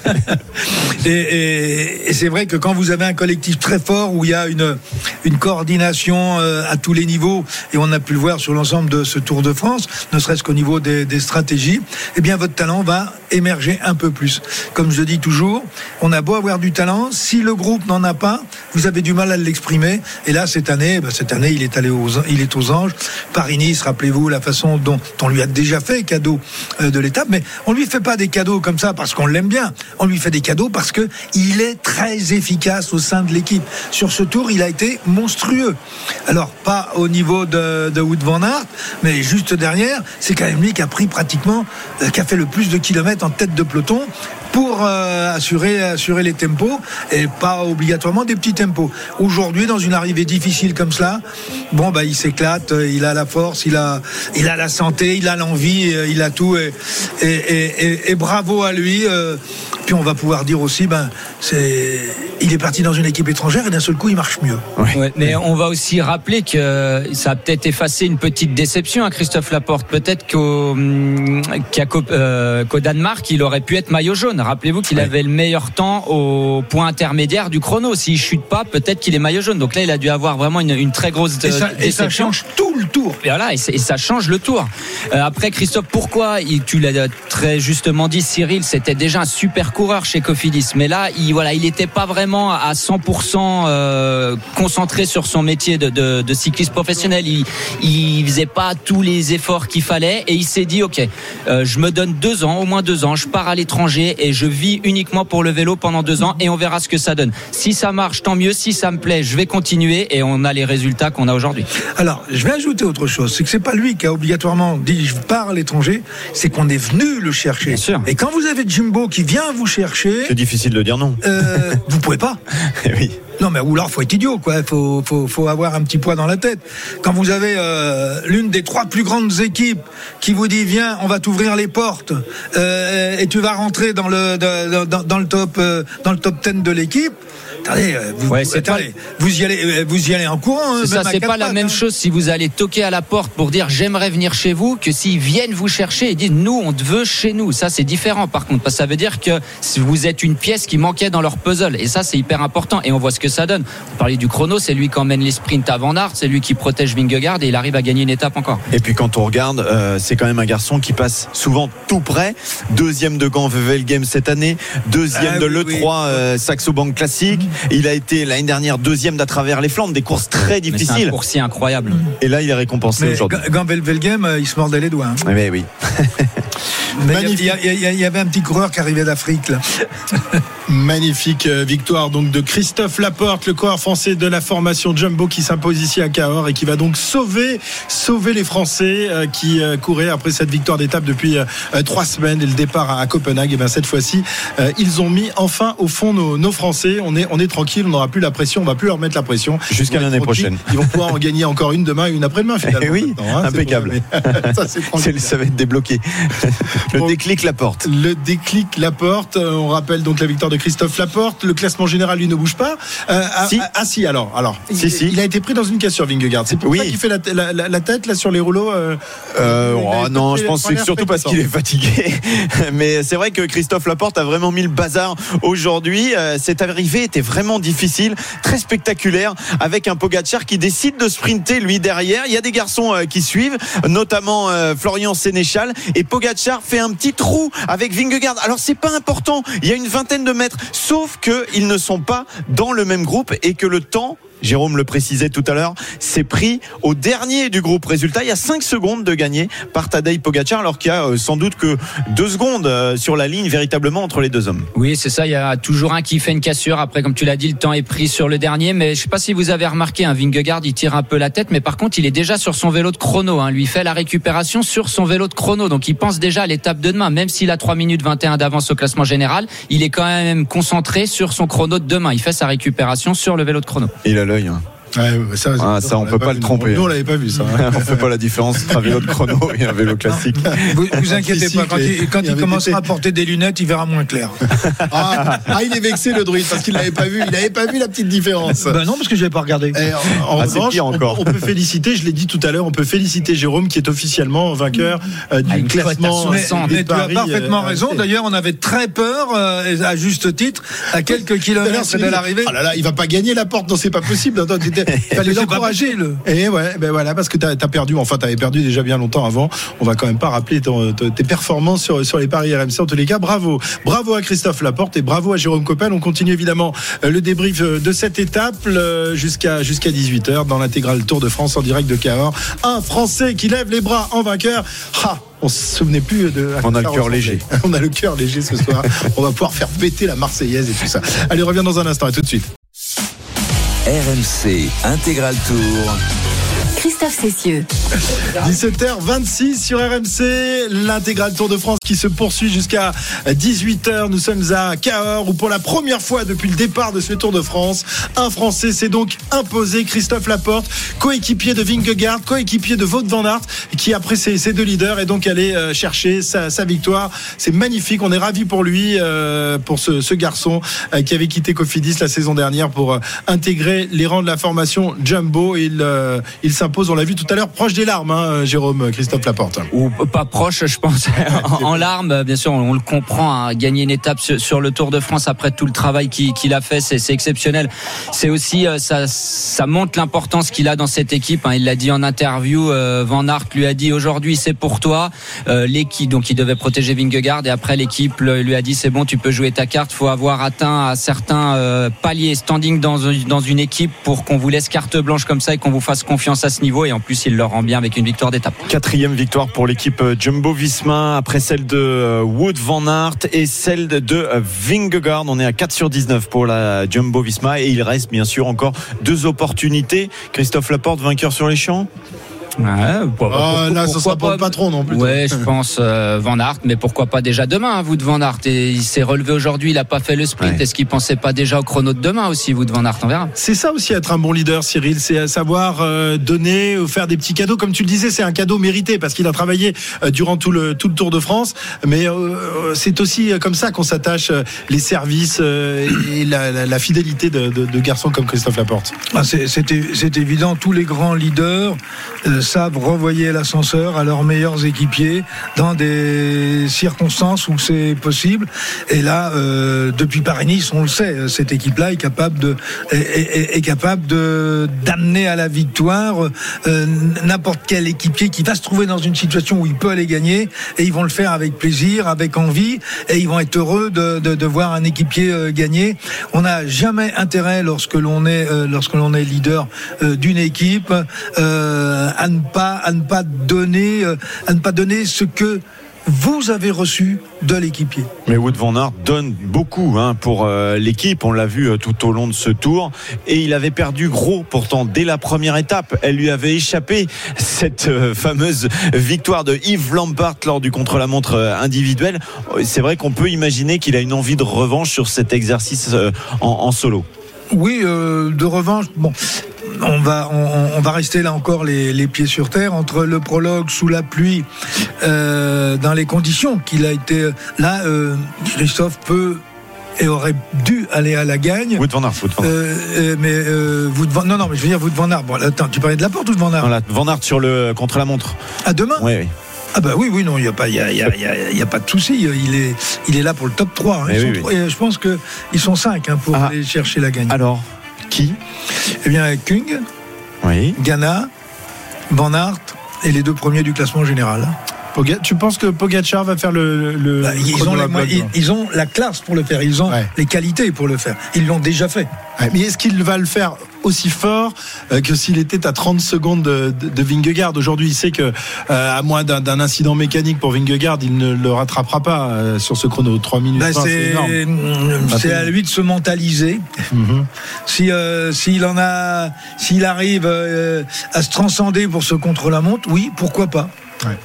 Et c'est vrai que quand vous avez un collectif très fort où il y a une coordination à tous les niveaux, et on a pu le voir sur l'ensemble de ce Tour de France, ne serait-ce qu'au niveau des stratégies, eh bien votre talent va émerger un peu plus. Comme je dis toujours, on a beau avoir du talent, si le groupe n'en a pas, vous avez du mal à l'exprimer. Et là, cette année, il est aux anges. Paris-Nice, rappelez-vous la façon dont on lui a déjà fait cadeau de l'étape, mais on lui fait pas des cadeaux comme ça parce qu'on l'aime bien. On lui fait des cadeaux parce que il est très efficace au sein de l'équipe. Sur ce tour, il a été monstrueux. Alors, pas au niveau de Wout van Aert, mais juste derrière, c'est quand même lui qui a pris pratiquement, qui a fait le plus de kilomètres en tête de peloton pour assurer les tempos et pas obligatoirement des petits tempos. Aujourd'hui, dans une arrivée difficile comme cela, il s'éclate, il a la force, il a la santé, il a l'envie, il a tout et bravo à lui. Puis on va pouvoir dire aussi, il est parti dans une équipe étrangère et d'un seul coup il marche mieux. Ouais, mais on va aussi rappeler que ça a peut-être effacé une petite déception à Christophe Laporte. Peut-être qu'au Danemark, il aurait pu être maillot jaune. Rappelez-vous qu'il avait le meilleur temps au point intermédiaire du chrono. S'il chute pas, peut-être qu'il est maillot jaune. Donc là, il a dû avoir vraiment une très grosse déception. Et ça change tout le tour. Et voilà, et ça change le tour. Après, Christophe, pourquoi tu l'as très justement dit, Cyril, c'était déjà un super coureur chez Cofidis. Mais là, il n'était pas vraiment à 100% concentré sur son métier de cycliste professionnel. Il faisait pas tous les efforts qu'il fallait et il s'est dit, ok, je me donne 2 ans, au moins 2 ans, je pars à l'étranger et je vis uniquement pour le vélo pendant 2 ans et on verra ce que ça donne. Si ça marche, tant mieux. Si ça me plaît, je vais continuer et on a les résultats qu'on a aujourd'hui. Alors, je vais ajouter autre chose. C'est que c'est pas lui qui a obligatoirement dit je pars à l'étranger, c'est qu'on est venu le chercher. Bien sûr. Et quand vous avez Jumbo qui vient vous chercher, c'est difficile de dire non. Vous pouvez pas. Oui. Non, mais ou alors faut être idiot, quoi. Faut avoir un petit poids dans la tête. Quand vous avez l'une des 3 plus grandes équipes qui vous dit viens, on va t'ouvrir les portes et tu vas rentrer dans le top 10 de l'équipe. Attendez, vous y allez en courant. C'est ça, c'est pas la même chose si vous allez toquer à la porte pour dire j'aimerais venir chez vous que s'ils viennent vous chercher et disent nous on te veut chez nous. Ça c'est différent par contre, parce que ça veut dire que si vous êtes une pièce qui manquait dans leur puzzle et ça c'est hyper important et on voit ce que ça donne. Vous parlez du chrono, c'est lui qui emmène les sprints à Van Aert, c'est lui qui protège Vingegaard et il arrive à gagner une étape encore. Et puis quand on regarde, c'est quand même un garçon qui passe souvent tout près. 2e de Gand-Wevelgem cette année, 2e de l'E3 Saxo Bank Classique. Il a été l'année dernière 2e d'à travers les Flandres, des courses très difficiles. C'est un coursier incroyable. Et là, il est récompensé aujourd'hui. Gand-Wevelgem, il se mordait les doigts. Hein. Mais oui. Mais il y avait un petit coureur qui arrivait d'Afrique là. Magnifique victoire donc de Christophe Laporte, le coureur français de la formation Jumbo qui s'impose ici à Cahors et qui va donc sauver les Français qui couraient après cette victoire d'étape depuis 3 semaines et le départ à Copenhague. Et bien cette fois-ci, ils ont mis enfin au fond nos Français. On est tranquille, on n'aura plus la pression, on va plus leur mettre la pression jusqu'à l'année prochaine. Ils vont pouvoir en gagner encore une demain et une après-demain finalement. Oui, impeccable. Ça va être débloqué. Le déclic Laporte. Le déclic Laporte. On rappelle donc la victoire de Christophe Laporte. Le classement général lui ne bouge pas. Si alors. Il a été pris dans une cassure Vingegaard. C'est pour ça qu'il fait la tête là sur les rouleaux. Non, je pense que c'est surtout parce qu'il est fatigué. Mais c'est vrai que Christophe Laporte a vraiment mis le bazar aujourd'hui. Cette arrivée était vraiment difficile, très spectaculaire, avec un Pogačar qui décide de sprinter lui derrière. Il y a des garçons qui suivent, notamment Florian Sénéchal, et Pogačar fait un petit trou avec Vingegaard. Alors c'est pas important, il y a une 20aine de mètres, sauf qu'ils ne sont pas dans le même groupe et que le temps Jérôme le précisait tout à l'heure, s'est pris au dernier du groupe. Résultat, il y a 5 secondes de gagné par Tadej Pogačar, alors qu'il y a sans doute que 2 secondes sur la ligne véritablement entre les deux hommes. Oui, c'est ça, il y a toujours un qui fait une cassure. Après, comme tu l'as dit, le temps est pris sur le dernier, mais je sais pas si vous avez remarqué, Vingegaard, il tire un peu la tête, mais par contre, il est déjà sur son vélo de chrono, lui fait la récupération sur son vélo de chrono, donc il pense déjà à l'étape de demain, même s'il a 3 minutes 21 d'avance au classement général, il est quand même concentré sur son chrono de demain, il fait sa récupération sur le vélo de chrono. Il a l'œil. Ça on peut pas le tromper. Nous on l'avait pas vu ça. On fait pas la différence entre un vélo de chrono et un vélo classique. Vous inquiétez pas, quand il commencera à porter des lunettes, il verra moins clair. Il est vexé le druide parce qu'il l'avait pas vu. Il n'avait pas vu la petite différence. Non, parce que je l'avais pas regardé. En revanche, on peut féliciter, je l'ai dit tout à l'heure, on peut féliciter Jérôme qui est officiellement vainqueur du classement. Mais tu as parfaitement raison. D'ailleurs, on avait très peur, à juste titre, à quelques kilomètres de l'arrivée. Oh là là, il va pas gagner la porte. Non, c'est pas possible. Attends, il fallait l'encourager. Et ouais, ben voilà, parce que t'as perdu. Enfin, t'avais perdu déjà bien longtemps avant. On va quand même pas rappeler tes performances sur les paris RMC. En tous les cas, bravo à Christophe Laporte et bravo à Jérôme Coppel. On continue évidemment le débrief de cette étape jusqu'à 18h dans l'intégrale Tour de France en direct de Cahors. Un Français qui lève les bras en vainqueur. On se souvenait plus de. On a le cœur léger. On a le cœur léger ce soir. On va pouvoir faire péter la Marseillaise et tout ça. Allez, reviens dans un instant. À tout de suite. RMC Intégral Tour. Christophe Cessieux. 17h26 sur RMC, l'intégral Tour de France qui se poursuit jusqu'à 18h. Nous sommes à Cahors où pour la première fois depuis le départ de ce Tour de France, un Français s'est donc imposé, Christophe Laporte, coéquipier de Vingegaard, coéquipier de Wout van Aert, qui après ses deux leaders est donc allé chercher sa victoire. C'est magnifique, on est ravis pour lui, pour ce garçon qui avait quitté Cofidis la saison dernière pour intégrer les rangs de la formation Jumbo. Il s'impose, on l'a vu tout à l'heure, proche des larmes, Jérôme, Christophe Laporte. Ou pas proche, je pense, en larmes. Bien sûr, on le comprend, gagner une étape sur le Tour de France après tout le travail qu'il a fait, c'est exceptionnel. C'est aussi, ça montre l'importance qu'il a dans cette équipe. Il l'a dit en interview, Van Aert lui a dit aujourd'hui c'est pour toi. L'équipe, donc il devait protéger Vingegaard et après l'équipe lui a dit c'est bon, tu peux jouer ta carte. Faut avoir atteint à certains paliers standing dans une équipe pour qu'on vous laisse carte blanche comme ça et qu'on vous fasse confiance à ce niveau, et en plus il le rend bien avec une victoire d'étape. 4e victoire pour l'équipe Jumbo-Visma après celle de Wout van Aert et celle de Vingegaard. On est à 4/19 pour la Jumbo-Visma et il reste bien sûr encore 2 opportunités. Christophe Laporte, vainqueur sur les champs. Là, ce sera pas le patron non plus. Ouais, je pense Van Aert, mais pourquoi pas déjà demain, Wout van Aert. Et il s'est relevé aujourd'hui, il a pas fait le sprint. Ouais. Est-ce qu'il pensait pas déjà au chrono de demain aussi, Wout van Aert? On verra. C'est ça aussi être un bon leader, Cyril, c'est savoir donner ou faire des petits cadeaux. Comme tu le disais, c'est un cadeau mérité parce qu'il a travaillé durant tout le Tour de France. Mais c'est aussi comme ça qu'on s'attache les services et la fidélité de garçons comme Christophe Laporte. C'est évident, tous les grands leaders savent renvoyer l'ascenseur à leurs meilleurs équipiers dans des circonstances où c'est possible. Et là, depuis Paris-Nice, on le sait, cette équipe-là est capable d'amener à la victoire n'importe quel équipier qui va se trouver dans une situation où il peut aller gagner, et ils vont le faire avec plaisir, avec envie, et ils vont être heureux de voir un équipier gagner. On n'a jamais intérêt lorsque l'on est leader d'une équipe à ne pas donner ce que vous avez reçu de l'équipier. Mais Wout van Aert donne beaucoup pour l'équipe, on l'a vu tout au long de ce tour, et il avait perdu gros pourtant dès la première étape. Elle lui avait échappé, cette fameuse victoire de Yves Lampaert lors du contre-la-montre individuel. C'est vrai qu'on peut imaginer qu'il a une envie de revanche sur cet exercice en solo. Oui, de revanche, bon. On va rester là encore les pieds sur terre entre le prologue sous la pluie, dans les conditions qu'il a été là. Christophe peut et aurait dû aller à la gagne. Wout van Aert. Mais je veux dire Wout van Aert. Bon, attends, tu parlais de Laporte ou de Van Aert? Voilà, Van Aert sur le contre-la-montre. À demain. Oui. Ah bah oui, non, il y a pas de souci. Il est là pour le top 3. Et je pense que ils sont 5 pour aller chercher la gagne. Alors, qui? Eh bien, Kung, Ghana, Van Aert et les 2 premiers du classement général. Tu penses que Pogačar va faire le ils ont la classe pour le faire, ils ont les qualités pour le faire. Ils l'ont déjà fait. Ouais, mais est-ce qu'il va le faire aussi fort que s'il était à 30 secondes de Vingegaard? Aujourd'hui, il sait que à moins d'un incident mécanique pour Vingegaard, il ne le rattrapera pas sur ce chrono. 3 minutes 20, c'est énorme. C'est à lui de se mentaliser. S'il arrive à se transcender pour ce contre-la-montre, oui, pourquoi pas. Ouais.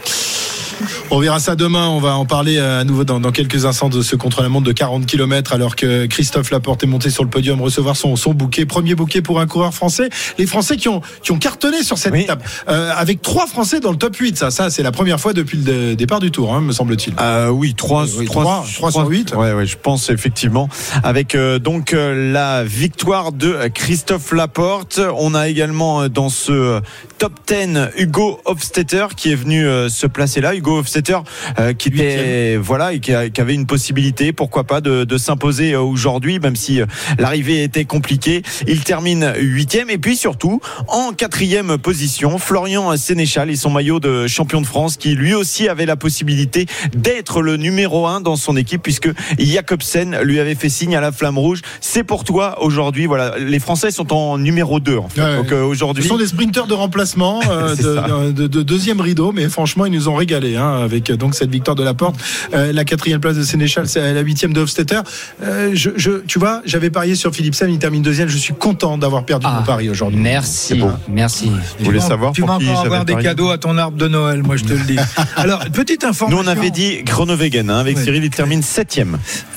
On verra ça demain, on va en parler à nouveau dans quelques instants de ce contre-la-montre de 40 km alors que Christophe Laporte est monté sur le podium recevoir son bouquet, premier bouquet pour un coureur français. Les Français qui ont cartonné sur cette étape, avec 3 Français dans le top 8, ça c'est la première fois depuis le départ du Tour, me semble-t-il. Oui, 3 sur 8. Ouais, je pense effectivement. Avec donc la victoire de Christophe Laporte, on a également dans ce top 10 Hugo Hofstetter qui est venu se placer là. Hugo Hofstetter qui était et qui avait une possibilité, pourquoi pas, de s'imposer aujourd'hui, même si l'arrivée était compliquée. Il termine 8e et puis surtout en 4e position Florian Sénéchal et son maillot de champion de France qui lui aussi avait la possibilité d'être le numéro 1 dans son équipe puisque Jacobsen lui avait fait signe à la flamme rouge. C'est pour toi aujourd'hui. Voilà, les Français sont en numéro 2 en fait. Donc aujourd'hui, ce sont des sprinteurs de remplacement de deuxième rideau, mais franchement ils nous ont régalé avec donc cette victoire de Laporte, la 4e place de Sénéchal, c'est la 8e de Hofstetter. Tu vois, j'avais parié sur Philipsen, il termine 2e. Je suis content d'avoir perdu mon pari aujourd'hui. Merci, merci. Je voulais savoir tu vas encore avoir des cadeaux à ton arbre de Noël, moi je te le dis. Alors, petite information. Nous on avait dit Groenewegen avec Cyril, il termine 7e.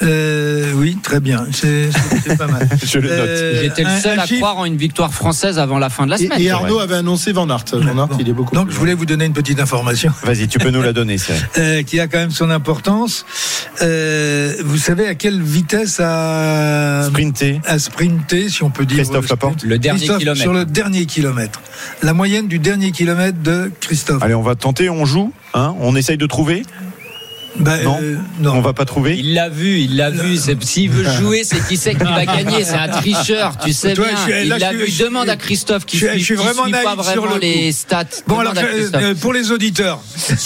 Oui, très bien, c'est pas mal. Je le note. J'étais le seul à croire en une victoire française avant la fin de la semaine. Et Arnaud avait annoncé Van Aert. Il est beaucoup. Donc je voulais vous donner une petite information. Vas-y, tu peux nous la donner, qui a quand même son importance. Vous savez à quelle vitesse a sprinté, si on peut dire, Christophe Laporte, le dernier kilomètre. Sur le dernier kilomètre. La moyenne du dernier kilomètre de Christophe. Allez, on va tenter, on joue, on essaye de trouver. Non, on va pas trouver. Il l'a vu. S'il veut jouer, c'est qui sait qui va gagner. C'est un tricheur, tu sais bien. Il l'a vu. Demande à Christophe qui suit pas vraiment les stats. Bon, alors pour les auditeurs,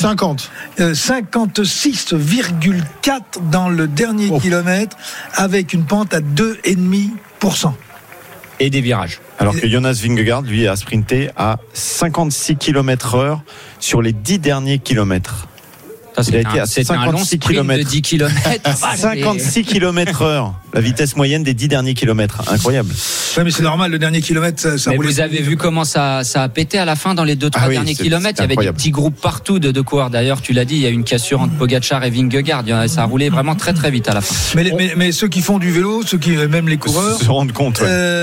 56,4 dans le dernier kilomètre, avec une pente à 2,5%. Et des virages. Alors que Jonas Vingegaard, lui, a sprinté à 56 km/h sur les 10 derniers kilomètres. Il a été à 56 km. De 10 km. 56 km/h. La vitesse moyenne des 10 derniers kilomètres. Incroyable. Oui, mais c'est normal, le dernier kilomètre, ça roule. Vous avez vu comment ça a pété à la fin dans les 2-3 derniers kilomètres. Il y avait des petits groupes partout de coureurs. D'ailleurs, tu l'as dit, il y a eu une cassure entre Pogačar et Vingegaard. Ça a roulé vraiment très très vite à la fin. Mais ceux qui font du vélo, même les coureurs, se rendent compte.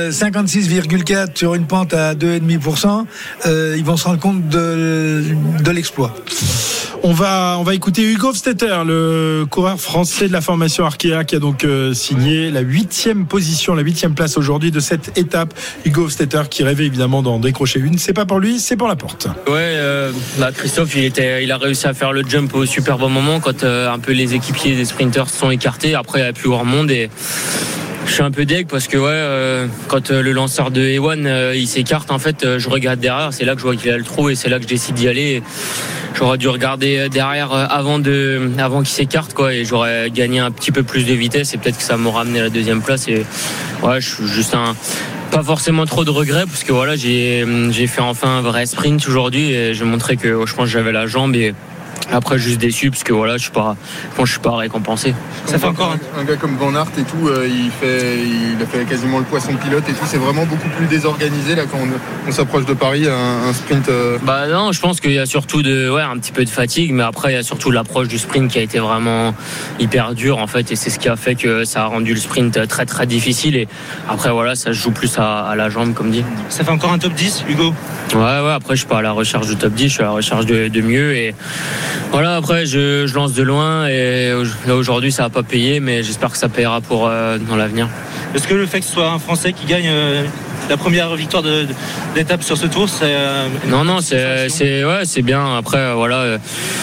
56,4 sur une pente à 2,5%, ils vont se rendre compte de l'exploit. On va écouter Hugo Hofstetter, le coureur français de la formation Arkea, qui a donc signé la 8e position, la 8e place aujourd'hui de cette étape. Hugo Hofstetter qui rêvait évidemment d'en décrocher une. C'est pas pour lui, c'est pour Laporte. Ouais, Christophe, il a réussi à faire le jump au super bon moment quand un peu les équipiers des sprinters se sont écartés. Après, il n'y a plus grand monde et je suis un peu deg parce que quand le lanceur de Ewan il s'écarte, en fait, je regarde derrière, c'est là que je vois qu'il a le trou et c'est là que je décide d'y aller. J'aurais dû regarder derrière avant qu'il s'écarte, et j'aurais gagné un petit peu plus de vitesse et peut-être que ça m'aurait amené à la 2e place. Et je suis juste pas forcément trop de regrets parce que j'ai fait enfin un vrai sprint aujourd'hui et j'ai montré que je pense que j'avais la jambe et après juste déçu parce que je suis pas récompensé. Ça fait encore un gars comme Van Aert et tout, il a fait quasiment le poisson pilote et tout, c'est vraiment beaucoup plus désorganisé là quand on s'approche de Paris, un sprint. Non, je pense qu'il y a surtout un petit peu de fatigue, mais après il y a surtout l'approche du sprint qui a été vraiment hyper dure en fait et c'est ce qui a fait que ça a rendu le sprint très très difficile et après ça se joue plus à la jambe comme dit. Ça fait encore un top 10, Hugo? Ouais, après je suis pas à la recherche du top 10, je suis à la recherche de mieux et après je lance de loin et là aujourd'hui ça va pas payer mais j'espère que ça payera pour dans l'avenir. Est-ce que le fait que ce soit un Français qui gagne la première victoire d'étape sur ce tour, c'est Non, c'est bien. Après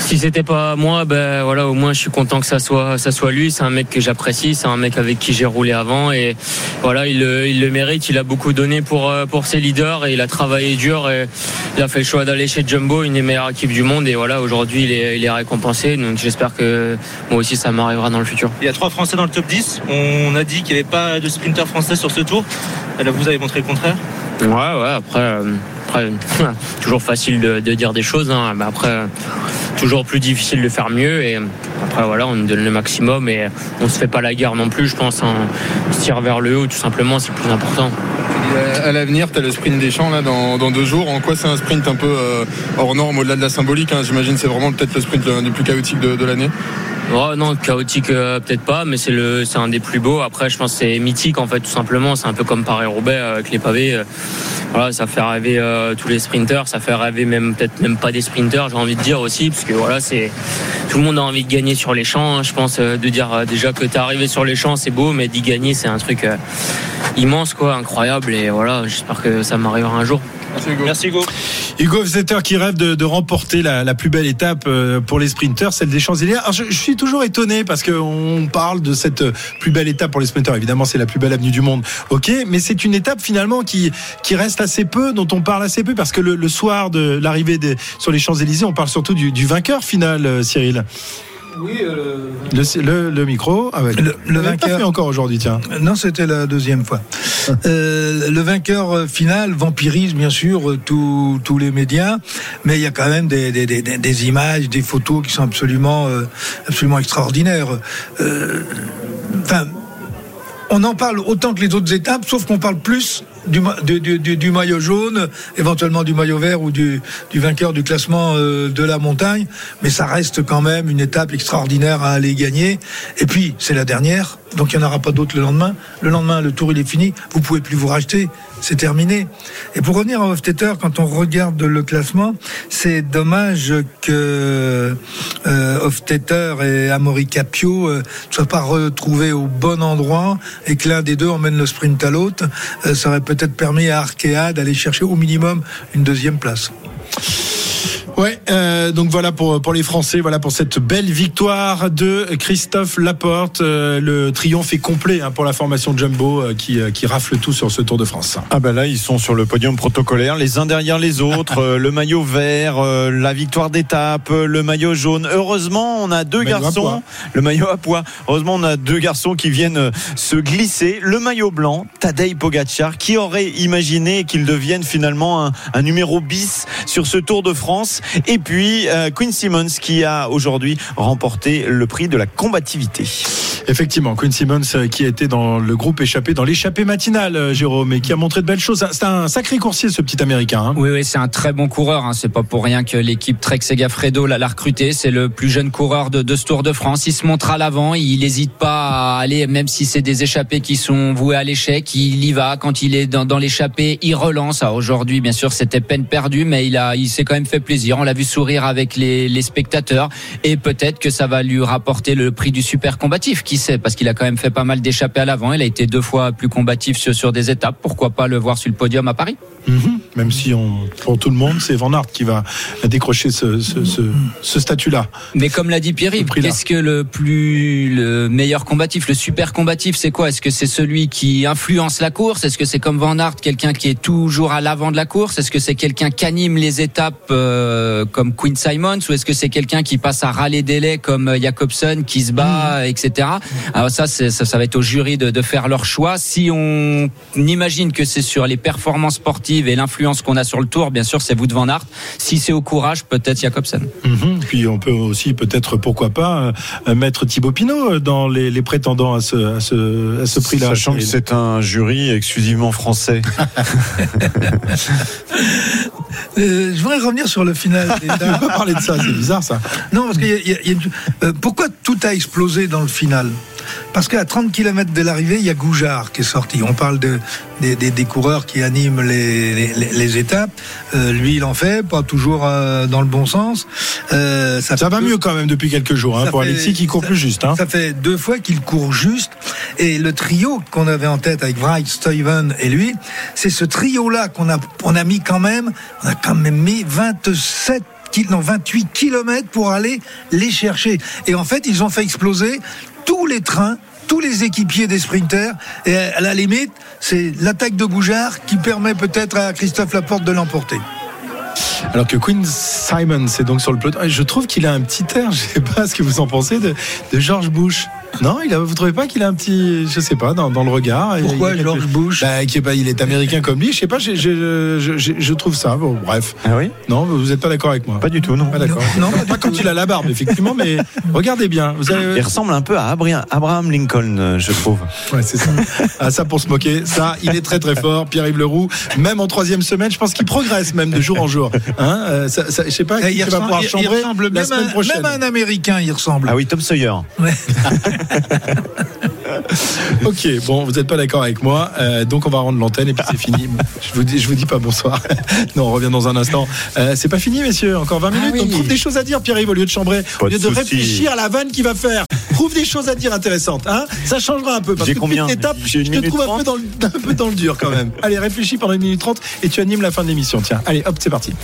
Si c'était pas moi, ben voilà, au moins je suis content que ça soit lui. C'est un mec que j'apprécie, c'est un mec avec qui j'ai roulé avant et voilà, il le mérite. Il a beaucoup donné pour ses leaders et il a travaillé dur et il a fait le choix d'aller chez Jumbo, une des meilleures équipes du monde et voilà, aujourd'hui il est récompensé. Donc j'espère que moi aussi ça m'arrivera dans le futur. Il y a 3 Français dans le top 10. On a dit qu'il n'y avait pas de sprinter français sur ce tour. Là, vous avez montré le contraire. Ouais, après toujours facile de dire des choses, hein, mais après toujours plus difficile de faire mieux et après voilà, on donne le maximum et on se fait pas la guerre non plus, je pense, hein. On se tire vers le haut tout simplement, c'est le plus important. Et à l'avenir, tu as le sprint des champs là, dans 2 jours. En quoi c'est un sprint un peu hors norme au-delà de la symbolique, hein. J'imagine que c'est vraiment peut-être le sprint le plus chaotique de l'année. Oh, non, chaotique peut-être pas, mais c'est un des plus beaux. Après, je pense que c'est mythique en fait, tout simplement. C'est un peu comme Paris-Roubaix avec les pavés. Voilà, ça fait rêver tous les sprinters, ça fait rêver peut-être même pas des sprinters, j'ai envie de dire aussi, parce que voilà, tout le monde a envie de gagner sur les champs. Hein. Je pense de dire déjà que t'es arrivé sur les champs, c'est beau, mais d'y gagner, c'est un truc immense, quoi, incroyable. Et voilà, j'espère que ça m'arrivera un jour. Merci Hugo. Hugo Hofstetter qui rêve de remporter la plus belle étape pour les sprinters, celle des Champs-Élysées. Alors je suis toujours étonné parce qu'on parle de cette plus belle étape pour les sprinters. Évidemment, c'est la plus belle avenue du monde. Ok, mais c'est une étape finalement qui reste assez peu, dont on parle assez peu parce que le soir de l'arrivée sur les Champs-Élysées, on parle surtout du vainqueur final, Cyril. Oui, le micro. Ah ouais. Le vainqueur. Pas fait encore aujourd'hui, tiens. Non, c'était la deuxième fois. Le vainqueur final vampirise bien sûr tous les médias, mais il y a quand même des images, des photos qui sont absolument extraordinaires. On en parle autant que les autres étapes, sauf qu'on parle plus du maillot jaune, éventuellement du maillot vert ou du vainqueur du classement de la montagne, mais ça reste quand même une étape extraordinaire à aller gagner. Et puis c'est la dernière, donc il n'y en aura pas d'autres le lendemain. Le lendemain, le tour il est fini, vous pouvez plus vous racheter, c'est terminé. Et pour revenir à Hofstetter, quand on regarde le classement, c'est dommage que Hofstetter et Amaury Capio ne soient pas retrouvés au bon endroit et que l'un des deux emmène le sprint à l'autre. Ça aurait peut-être permis à Arkea d'aller chercher au minimum une 2e place. Ouais, donc voilà pour les Français, voilà pour cette belle victoire de Christophe Laporte. Le triomphe est complet pour la formation Jumbo qui rafle tout sur ce Tour de France. Ah ben là, ils sont sur le podium protocolaire, les uns derrière les autres. Le maillot vert, la victoire d'étape, le maillot jaune. Heureusement, on a 2 garçons. Le maillot à pois. Heureusement, on a 2 garçons qui viennent se glisser. Le maillot blanc, Tadej Pogačar, qui aurait imaginé qu'il devienne finalement un numéro bis sur ce Tour de France. Et puis Quinn Simmons qui a aujourd'hui remporté le prix de la combativité. Effectivement, Quinn Simmons qui a été dans le groupe échappé, dans l'échappée matinale, Jérôme, et qui a montré de belles choses. C'est un sacré coursier, ce petit Américain. Oui, c'est un très bon coureur. C'est pas pour rien que l'équipe Trek Segafredo l'a recruté. C'est le plus jeune coureur de ce Tour de France. Il se montre à l'avant. Il n'hésite pas à aller, même si c'est des échappées qui sont vouées à l'échec. Il y va. Quand il est dans l'échappée, il relance. Alors aujourd'hui, bien sûr, c'était peine perdue, mais il s'est quand même fait plaisir. On l'a vu sourire avec les spectateurs et peut-être que ça va lui rapporter le prix du super combatif, qui sait, parce qu'il a quand même fait pas mal d'échappées à l'avant. Il a été 2 fois plus combatif sur des étapes. Pourquoi pas le voir sur le podium à Paris? Même si pour tout le monde, c'est Van Aert qui va décrocher ce statut-là. Mais comme l'a dit Pierre-Yves, qu'est-ce que le meilleur combatif, le super combatif, c'est quoi? Est-ce que c'est celui qui influence la course? Est-ce que c'est comme Van Aert, quelqu'un qui est toujours à l'avant de la course? Est-ce que c'est quelqu'un qui anime les étapes comme Quinn Simmons, ou est-ce que c'est quelqu'un qui passe à râler délai comme Jacobsen qui se bat, etc. Alors ça va être au jury de faire leur choix. Si on imagine que c'est sur les performances sportives et l'influence qu'on a sur le Tour, bien sûr c'est Wout van Aert. Si c'est au courage, peut-être Jacobsen. Puis on peut aussi peut-être, pourquoi pas, mettre Thibaut Pinot dans les prétendants à ce prix-là. Sachant que c'est un jury exclusivement français. Je voudrais revenir sur le final. Tu ne peux pas parler de ça, c'est bizarre ça. Non, parce que pourquoi tout a explosé dans le final? Parce qu'à 30 km de l'arrivée, il y a Goujard qui est sorti. On parle des coureurs qui animent les étapes. Lui, il en fait, pas toujours dans le bon sens. Ça va mieux quand même depuis quelques jours pour Alexis qui court plus juste. Ça fait 2 fois qu'il court juste. Et le trio qu'on avait en tête avec Wright, Stuyven et lui, c'est ce trio-là qu'on a mis quand même. On a quand même mis 27 28 kilomètres pour aller les chercher. Et en fait, ils ont fait exploser tous les trains, tous les équipiers des sprinters. Et à la limite, c'est l'attaque de Goujard qui permet peut-être à Christophe Laporte de l'emporter. Alors que Quinn Simon, c'est donc sur le peloton. Je trouve qu'il a un petit air, je sais pas ce que vous en pensez, de George Bush. Non, vous trouvez pas qu'il a un petit, je sais pas, dans le regard. Pourquoi George Bush? Il est américain comme lui. Je sais pas, je trouve ça. Bon, bref. Ah oui? Non, vous êtes pas d'accord avec moi? Pas du tout, non. Pas d'accord. Non, pas quand il a la barbe, effectivement, mais regardez bien. Il ressemble un peu à Abraham Lincoln, je trouve. Ouais, c'est ça. Ah, ça pour se moquer. Ça, il est très très fort, Pierre-Yves Leroux. Même en 3e semaine, je pense qu'il progresse même de jour en jour. Hein, je sais pas. Il va pouvoir chambrer la semaine prochaine. Même un Américain, il ressemble. Ah oui, Tom Sawyer. Ouais. Ok, bon, vous n'êtes pas d'accord avec moi, donc on va rendre l'antenne et puis c'est fini. Je vous dis pas bonsoir. Non, on revient dans un instant. C'est pas fini, messieurs, encore 20 minutes. Donc trouve des choses à dire, Pierre-Yves, au lieu de chambrer, au lieu de réfléchir à la vanne qu'il va faire. Trouve des choses à dire intéressantes, hein. Ça changera un peu. Parce J'ai que combien? étape, je te trouve un peu dans le dur quand même. Allez, réfléchis pendant 1 minute 30 et tu animes la fin de l'émission. Tiens, allez, hop, c'est parti.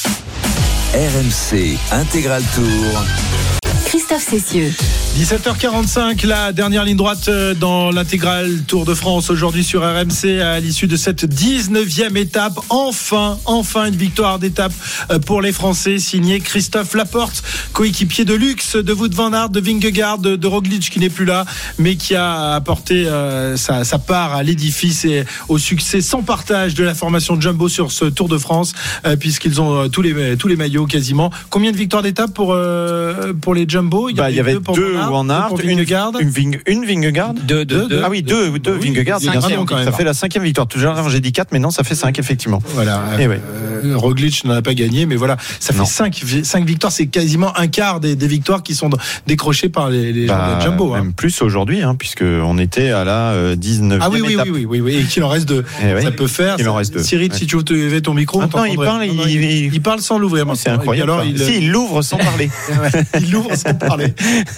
RMC Intégral Tour. Christophe Cessieux. 17h45, la dernière ligne droite dans l'intégrale Tour de France aujourd'hui sur RMC à l'issue de cette 19e étape. Enfin une victoire d'étape pour les Français, signé Christophe Laporte, coéquipier de luxe de Wout van Aert, de Vingegaard, de Roglic qui n'est plus là, mais qui a apporté sa part à l'édifice et au succès sans partage de la formation Jumbo sur ce Tour de France, puisqu'ils ont tous les maillots quasiment. Combien de victoires d'étape pour les Jumbo? Il y avait deux Van Aert, une Vingegaard. Deux. Ah oui, deux Vingegaard. Ça fait la 5e victoire. Toujours, j'ai dit 4, mais non, ça fait 5 effectivement. Voilà. Roglic n'en a pas gagné, mais voilà, ça fait 5 victoires. C'est quasiment un quart des victoires qui sont décrochées par les gens de Jumbo. Même plus aujourd'hui, puisque on était à la 19e étape. Oui. Et qu'il en reste 2. Ça peut faire. Il en reste 2. Cyril, si tu veux te lever ton micro, maintenant il parle sans l'ouvrir. C'est incroyable. Alors, il l'ouvre sans parler. Il l'ouvre sans parler.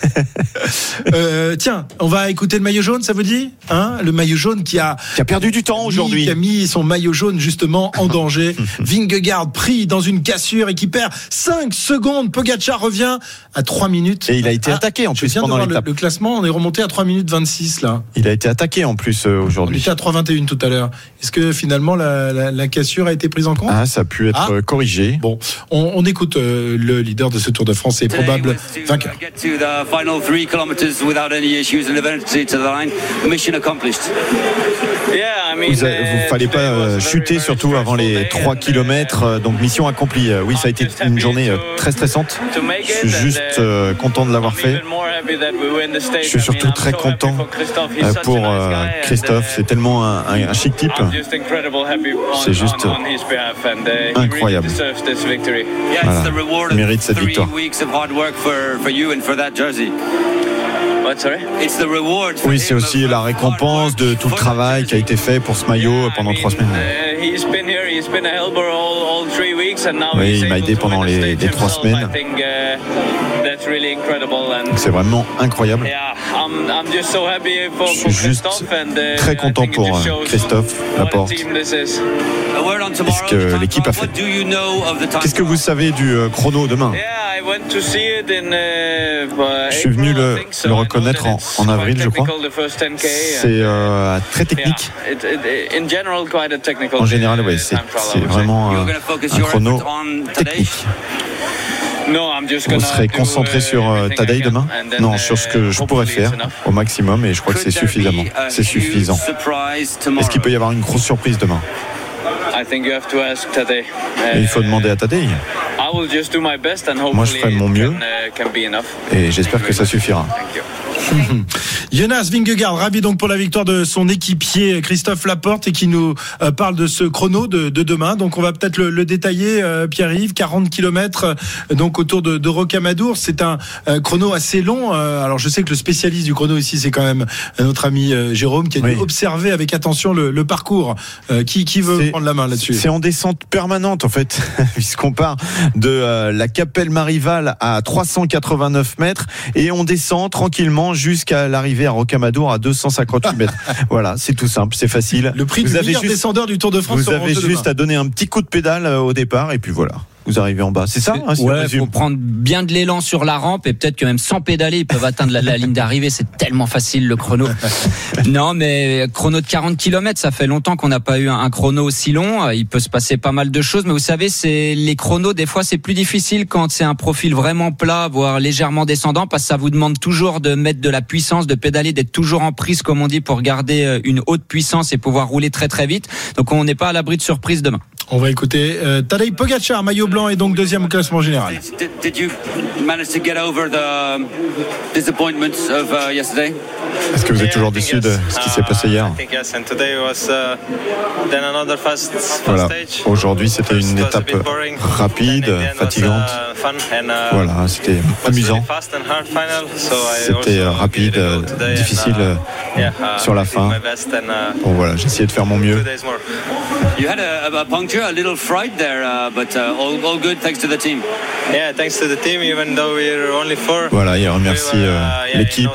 Tiens, on va écouter le maillot jaune, ça vous dit, le maillot jaune qui a perdu du temps aujourd'hui, qui a mis son maillot jaune justement en danger. Vingegaard pris dans une cassure et qui perd 5 secondes. Pogacar revient à 3 minutes. Et il a été attaqué en plus pendant l'étape. Le classement, on est remonté à 3 minutes 26 là. Il a été attaqué en plus aujourd'hui. On était à 3,21 tout à l'heure. Est-ce que finalement la cassure a été prise en compte? Ça a pu être corrigé. Bon, on écoute le leader de ce Tour de France et probable vainqueur. Final 3 kilometers without any issues and eventually to the line. Mission accomplished. Vous fallait pas chuter surtout avant les 3 km, donc mission accomplie. Oui, ça a été une journée très stressante. Je suis juste content de l'avoir fait. Je suis surtout très content pour Christophe. C'est tellement un chic type. C'est juste incroyable. Voilà. Il mérite cette victoire. Oui, c'est aussi la récompense de tout le travail qui a été fait pour ce maillot pendant 3 semaines. Oui, il m'a aidé pendant les 3 semaines. C'est vraiment incroyable. Je suis juste très content pour Christophe Laporte. Qu'est-ce que l'équipe a fait? Qu'est-ce que vous savez du chrono demain? Je suis venu le reconnaître en avril, je crois. C'est très technique. En général, oui, c'est vraiment un chrono technique. Vous serez concentré sur Tadej demain? Non, sur ce que je pourrais faire au maximum, et je crois que c'est suffisant. Est-ce qu'il peut y avoir une grosse surprise demain? Et il faut demander à Tadej. Moi, je ferai de mon mieux et j'espère que ça suffira. Jonas Vingegaard, ravi donc pour la victoire de son équipier Christophe Laporte et qui nous parle de ce chrono de demain. Donc on va peut-être le détailler, Pierre-Yves. 40 km donc autour de Rocamadour. C'est un chrono assez long. Alors je sais que le spécialiste du chrono ici, c'est quand même notre ami Jérôme qui a dû observer avec attention le parcours. Qui veut prendre la main là-dessus? C'est en descente permanente en fait, puisqu'on part de la Capelle Marival à 389 mètres et on descend tranquillement jusqu'à l'arrivée à Rocamadour à 258 mètres. Voilà, c'est tout simple, c'est facile. Le prix du meilleur descendeur du Tour de France. Vous avez juste à donner un petit coup de pédale au départ et puis voilà. vous arrivez en bas. C'est ça, hein, si ouais, faut prendre bien de l'élan sur la rampe et peut-être que même sans pédaler, ils peuvent atteindre la ligne d'arrivée. C'est tellement facile le chrono. Non, mais chrono de 40 km, ça fait longtemps qu'on n'a pas eu un chrono aussi long. Il peut se passer pas mal de choses, mais vous savez, c'est les chronos, des fois, c'est plus difficile quand c'est un profil vraiment plat, voire légèrement descendant, parce que ça vous demande toujours de mettre de la puissance, de pédaler, d'être toujours en prise, comme on dit, pour garder une haute puissance et pouvoir rouler très très vite. Donc on n'est pas à l'abri de surprise demain. On va écouter Tadej Pogačar, maillot blanc et donc deuxième au classement général. Did you manage to get over the disappointments of yesterday? Est-ce que vous êtes toujours déçu de ce qui s'est passé hier? Voilà. Aujourd'hui, c'était une étape rapide, fatigante. Voilà, c'était amusant. C'était rapide, difficile sur la fin. Bon voilà, j'ai essayé de faire mon mieux. You had a puncture, a little fright there, but all good thanks to the team. Yeah, thanks to the team, even though we're only 4. Voilà, il remercie l'équipe.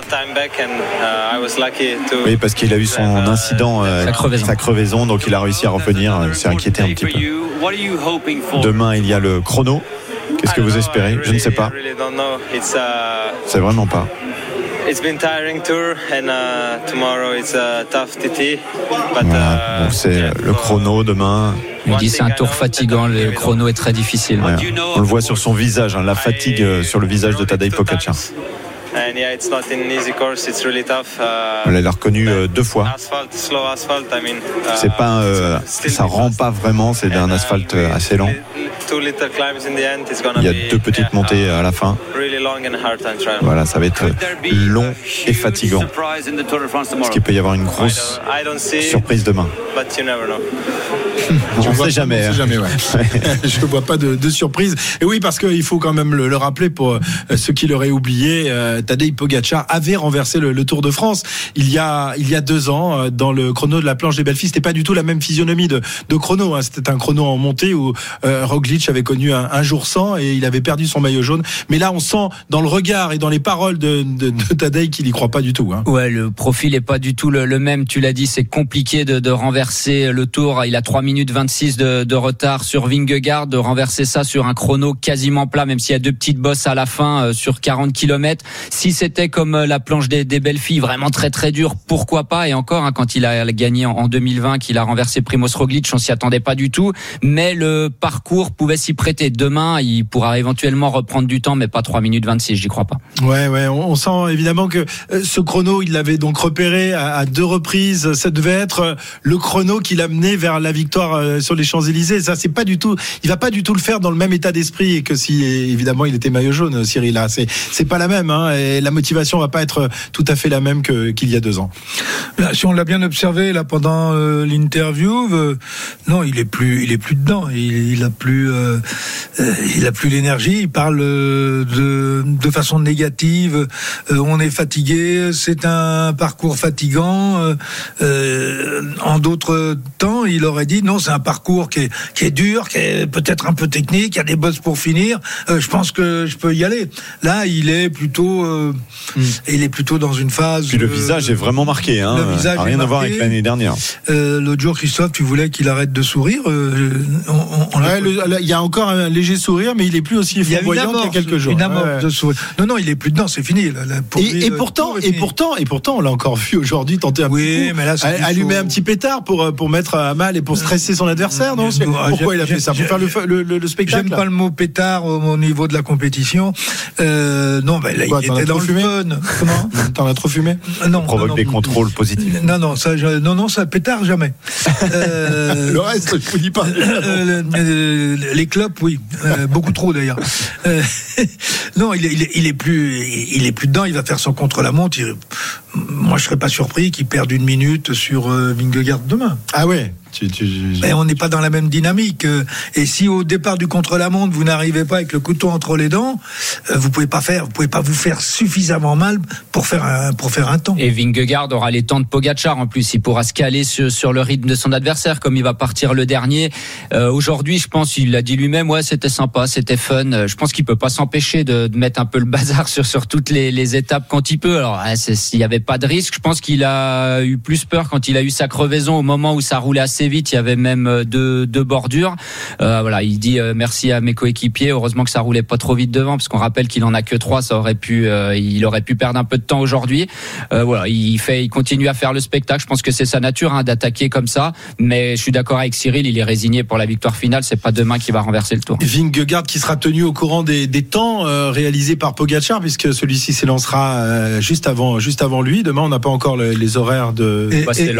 Oui, parce qu'il a eu son incident, sa crevaison, donc il a réussi à revenir. C'est inquiété un petit peu. Demain, il y a le chrono. Qu'est-ce que vous espérez? Je ne sais pas. C'est vraiment pas. It's been tiring tour and tomorrow it's a tough TT. Voilà, bon, c'est le chrono demain. Il dit c'est un tour fatigant, le chrono est très difficile. Ouais, on le voit sur son visage, la fatigue sur le visage de Tadej Pogačar. And yeah, it's not an easy course, it's really tough. On l'a reconnu 2 fois. Slow asphalt, I mean. C'est pas, ça rend pas vraiment, c'est d'un asphalte assez lent. Il y a 2 petites montées à la fin. Voilà, ça va être long et fatigant. Parce qu'il peut y avoir une grosse surprise demain. On ne sait jamais. Je ne vois pas de surprise. Et oui, parce qu'il faut quand même le rappeler pour ceux qui l'auraient oublié. Tadej Pogačar avait renversé le Tour de France il y a 2 ans dans le chrono de la planche des Belles Filles. C'était pas du tout la même physionomie de chrono. Hein. C'était un chrono en montée où Roglic avait connu un jour sans et il avait perdu son maillot jaune. Mais là, on sent dans le regard et dans les paroles de Tadej qu'il y croit pas du tout. Hein. Ouais, le profil est pas du tout le même. Tu l'as dit, c'est compliqué de renverser le Tour. Il a 3 minutes 26 de retard sur Vingegaard, de renverser ça sur un chrono quasiment plat, même s'il y a 2 petites bosses à la fin sur 40 km. Si c'était comme la planche des Belles Filles, vraiment très très dur, pourquoi pas? Et encore, hein, quand il a gagné en 2020, qu'il a renversé Primož Roglic, on s'y attendait pas du tout. Mais le parcours pouvait s'y prêter. Demain, il pourra éventuellement reprendre du temps, mais pas 3 minutes 26, j'y crois pas. Ouais, on sent évidemment que ce chrono, il l'avait donc repéré à 2 reprises. Ça devait être le chrono qui l'a mené vers la victoire sur les Champs-Élysées. Ça, c'est pas du tout, il va pas du tout le faire dans le même état d'esprit que si, évidemment, il était maillot jaune, Cyril. Là, c'est pas la même, hein, et la motivation va pas être tout à fait la même qu'il y a 2 ans. Là, si on l'a bien observé là pendant l'interview, non, il est plus dedans. Il a plus l'énergie. Il parle de façon négative. On est fatigué. C'est un parcours fatigant. En d'autres temps, il aurait dit non, c'est un parcours qui est dur, qui est peut-être un peu technique. Il y a des bosses pour finir. Je pense que je peux y aller. Là, il est plutôt dans une phase. Puis le visage est vraiment marqué. Hein. Le visage rien à voir avec l'année dernière. L'autre jour, Christophe, tu voulais qu'il arrête de sourire. Il y a encore un léger sourire, mais il est plus aussi flamboyant qu'il y a quelques jours. Une amorce de sourire. Non, il est plus dedans, c'est fini. Et pourtant, on l'a encore vu aujourd'hui tenter un petit coup, mais là, allumer un petit pétard pour mettre à mal et pour stresser son adversaire. Non, pourquoi il a fait ça? Pour faire le spectacle. J'aime pas le mot pétard au niveau de la compétition. Non, il était dans le fun. Comment? T'en as trop fumé? Non. Provoque des contrôles positifs. Non, ça pétard jamais. Le reste, je vous dis pas. Les clopes, oui, beaucoup trop d'ailleurs. Non, il est plus dedans. Il va faire son contre-la-montre. Moi, je serais pas surpris qu'il perde 1 minute sur Vingegaard demain. Ah ouais. Mais on n'est pas dans la même dynamique. Et si au départ du contre-la-montre vous n'arrivez pas avec le couteau entre les dents, vous pouvez pas vous faire suffisamment mal pour faire un temps. Et Vingegaard aura les temps de Pogačar en plus. Il pourra se caler sur le rythme de son adversaire comme il va partir le dernier. Aujourd'hui, je pense, il l'a dit lui-même, ouais, c'était sympa, c'était fun. Je pense qu'il peut pas s'empêcher de mettre un peu le bazar sur toutes les étapes quand il peut. Alors, s'il y avait pas de risque, je pense qu'il a eu plus peur quand il a eu sa crevaison au moment où ça roulait assez assez vite. Il y avait même deux bordures. Voilà, il dit merci à mes coéquipiers. Heureusement que ça roulait pas trop vite devant, parce qu'on rappelle qu'il en a que 3. Ça aurait pu, il aurait pu perdre un peu de temps aujourd'hui. Voilà, il continue à faire le spectacle. Je pense que c'est sa nature d'attaquer comme ça. Mais je suis d'accord avec Cyril, il est résigné pour la victoire finale. C'est pas demain qu'il va renverser le tour. Vingegaard qui sera tenu au courant des temps réalisés par Pogačar, puisque celui-ci s'élancera juste avant lui. Demain, on n'a pas encore les horaires de.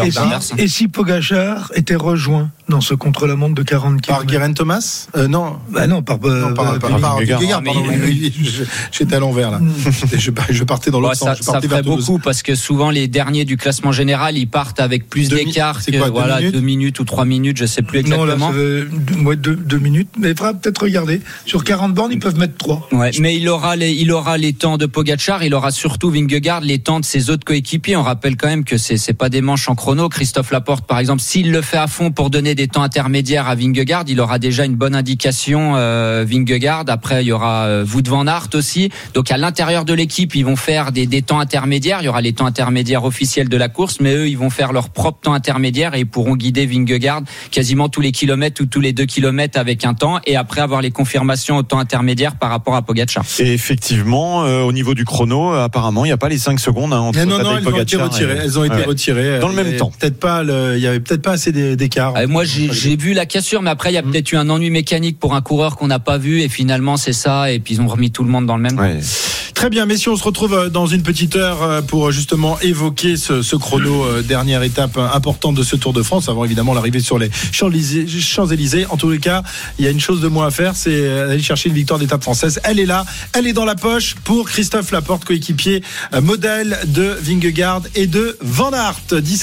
Et si Pogačar était rejoint dans ce contre-la-montre de 40 km par Geraint Thomas, non. Bah non, par Vingegaard. Pardon. J'étais à l'envers là. Je partais dans l'autre sens. Ça ferait beaucoup, parce que souvent les derniers du classement général, ils partent avec plus d'écart que 2 minutes ou 3 minutes, je sais plus exactement. Non, là, 2 minutes, mais il faudra peut-être regarder. Sur 40 bornes, ils peuvent mettre 3. Ouais, mais il aura les temps de Pogačar, il aura surtout Vingegaard les temps de ses autres coéquipiers. On rappelle quand même que c'est pas des manches en chrono. Christophe Laporte, par exemple, s'il le fait à fond pour donner des temps intermédiaires à Vingegaard, il aura déjà une bonne indication. Vingegaard. Après, il y aura Wout van Aert aussi. Donc à l'intérieur de l'équipe, ils vont faire des temps intermédiaires. Il y aura les temps intermédiaires officiels de la course, mais eux, ils vont faire leur propre temps intermédiaire et ils pourront guider Vingegaard quasiment tous les kilomètres ou tous les 2 kilomètres avec un temps, et après avoir les confirmations au temps intermédiaire par rapport à Pogačar. Et effectivement, au niveau du chrono, apparemment, il n'y a pas les 5 secondes entre Tadej Pogačar. Elles ont été retirées dans le même temps. Il y avait peut-être pas assez d'écart. Moi, j'ai vu la cassure, mais après, il y a peut-être eu un ennui mécanique pour un coureur qu'on n'a pas vu, et finalement, c'est ça, et puis ils ont remis tout le monde dans le même temps. Très bien, messieurs, on se retrouve dans une petite heure pour justement évoquer ce chrono, dernière étape importante de ce Tour de France, avant évidemment l'arrivée sur les Champs-Élysées. En tous les cas, il y a une chose de moins à faire, c'est aller chercher une victoire d'étape française. Elle est là, elle est dans la poche pour Christophe Laporte, coéquipier modèle de Vingegaard et de Van Aert.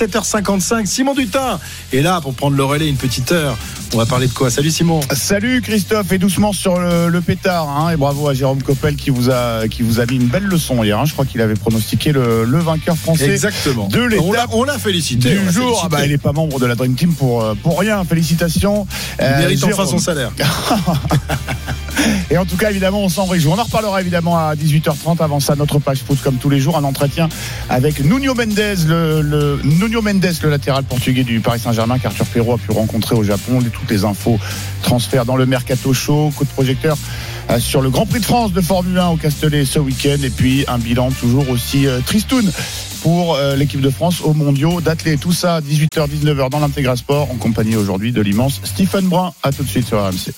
17h55, Simon Dutin est là pour prendre le relais une petite heure. On va parler de quoi? Salut Simon. Salut Christophe, et doucement sur le pétard, et bravo à Jérôme Coppel qui vous a mis une belle leçon hier. Je crois qu'il avait pronostiqué le vainqueur français. Exactement. De l'étape. On l'a félicité du jour. Il n'est pas membre de la Dream Team pour rien. Félicitations. Il mérite enfin son salaire. Et en tout cas, évidemment, on s'en réjouit. On en reparlera évidemment à 18h30. Avant ça, notre page foot comme tous les jours, un entretien avec Nuno Mendes, le latéral portugais du Paris Saint-Germain, qu'Arthur Perrault a pu rencontrer au Japon. Toutes les infos transferts dans le Mercato Show, coup de projecteur sur le Grand Prix de France de Formule 1 au Castellet ce week-end, et puis un bilan toujours aussi tristoun pour l'équipe de France aux mondiaux d'athlètes. Tout ça 18h-19h dans l'Intégral Sport, en compagnie aujourd'hui de l'immense Stephen Brun. À tout de suite sur RMC.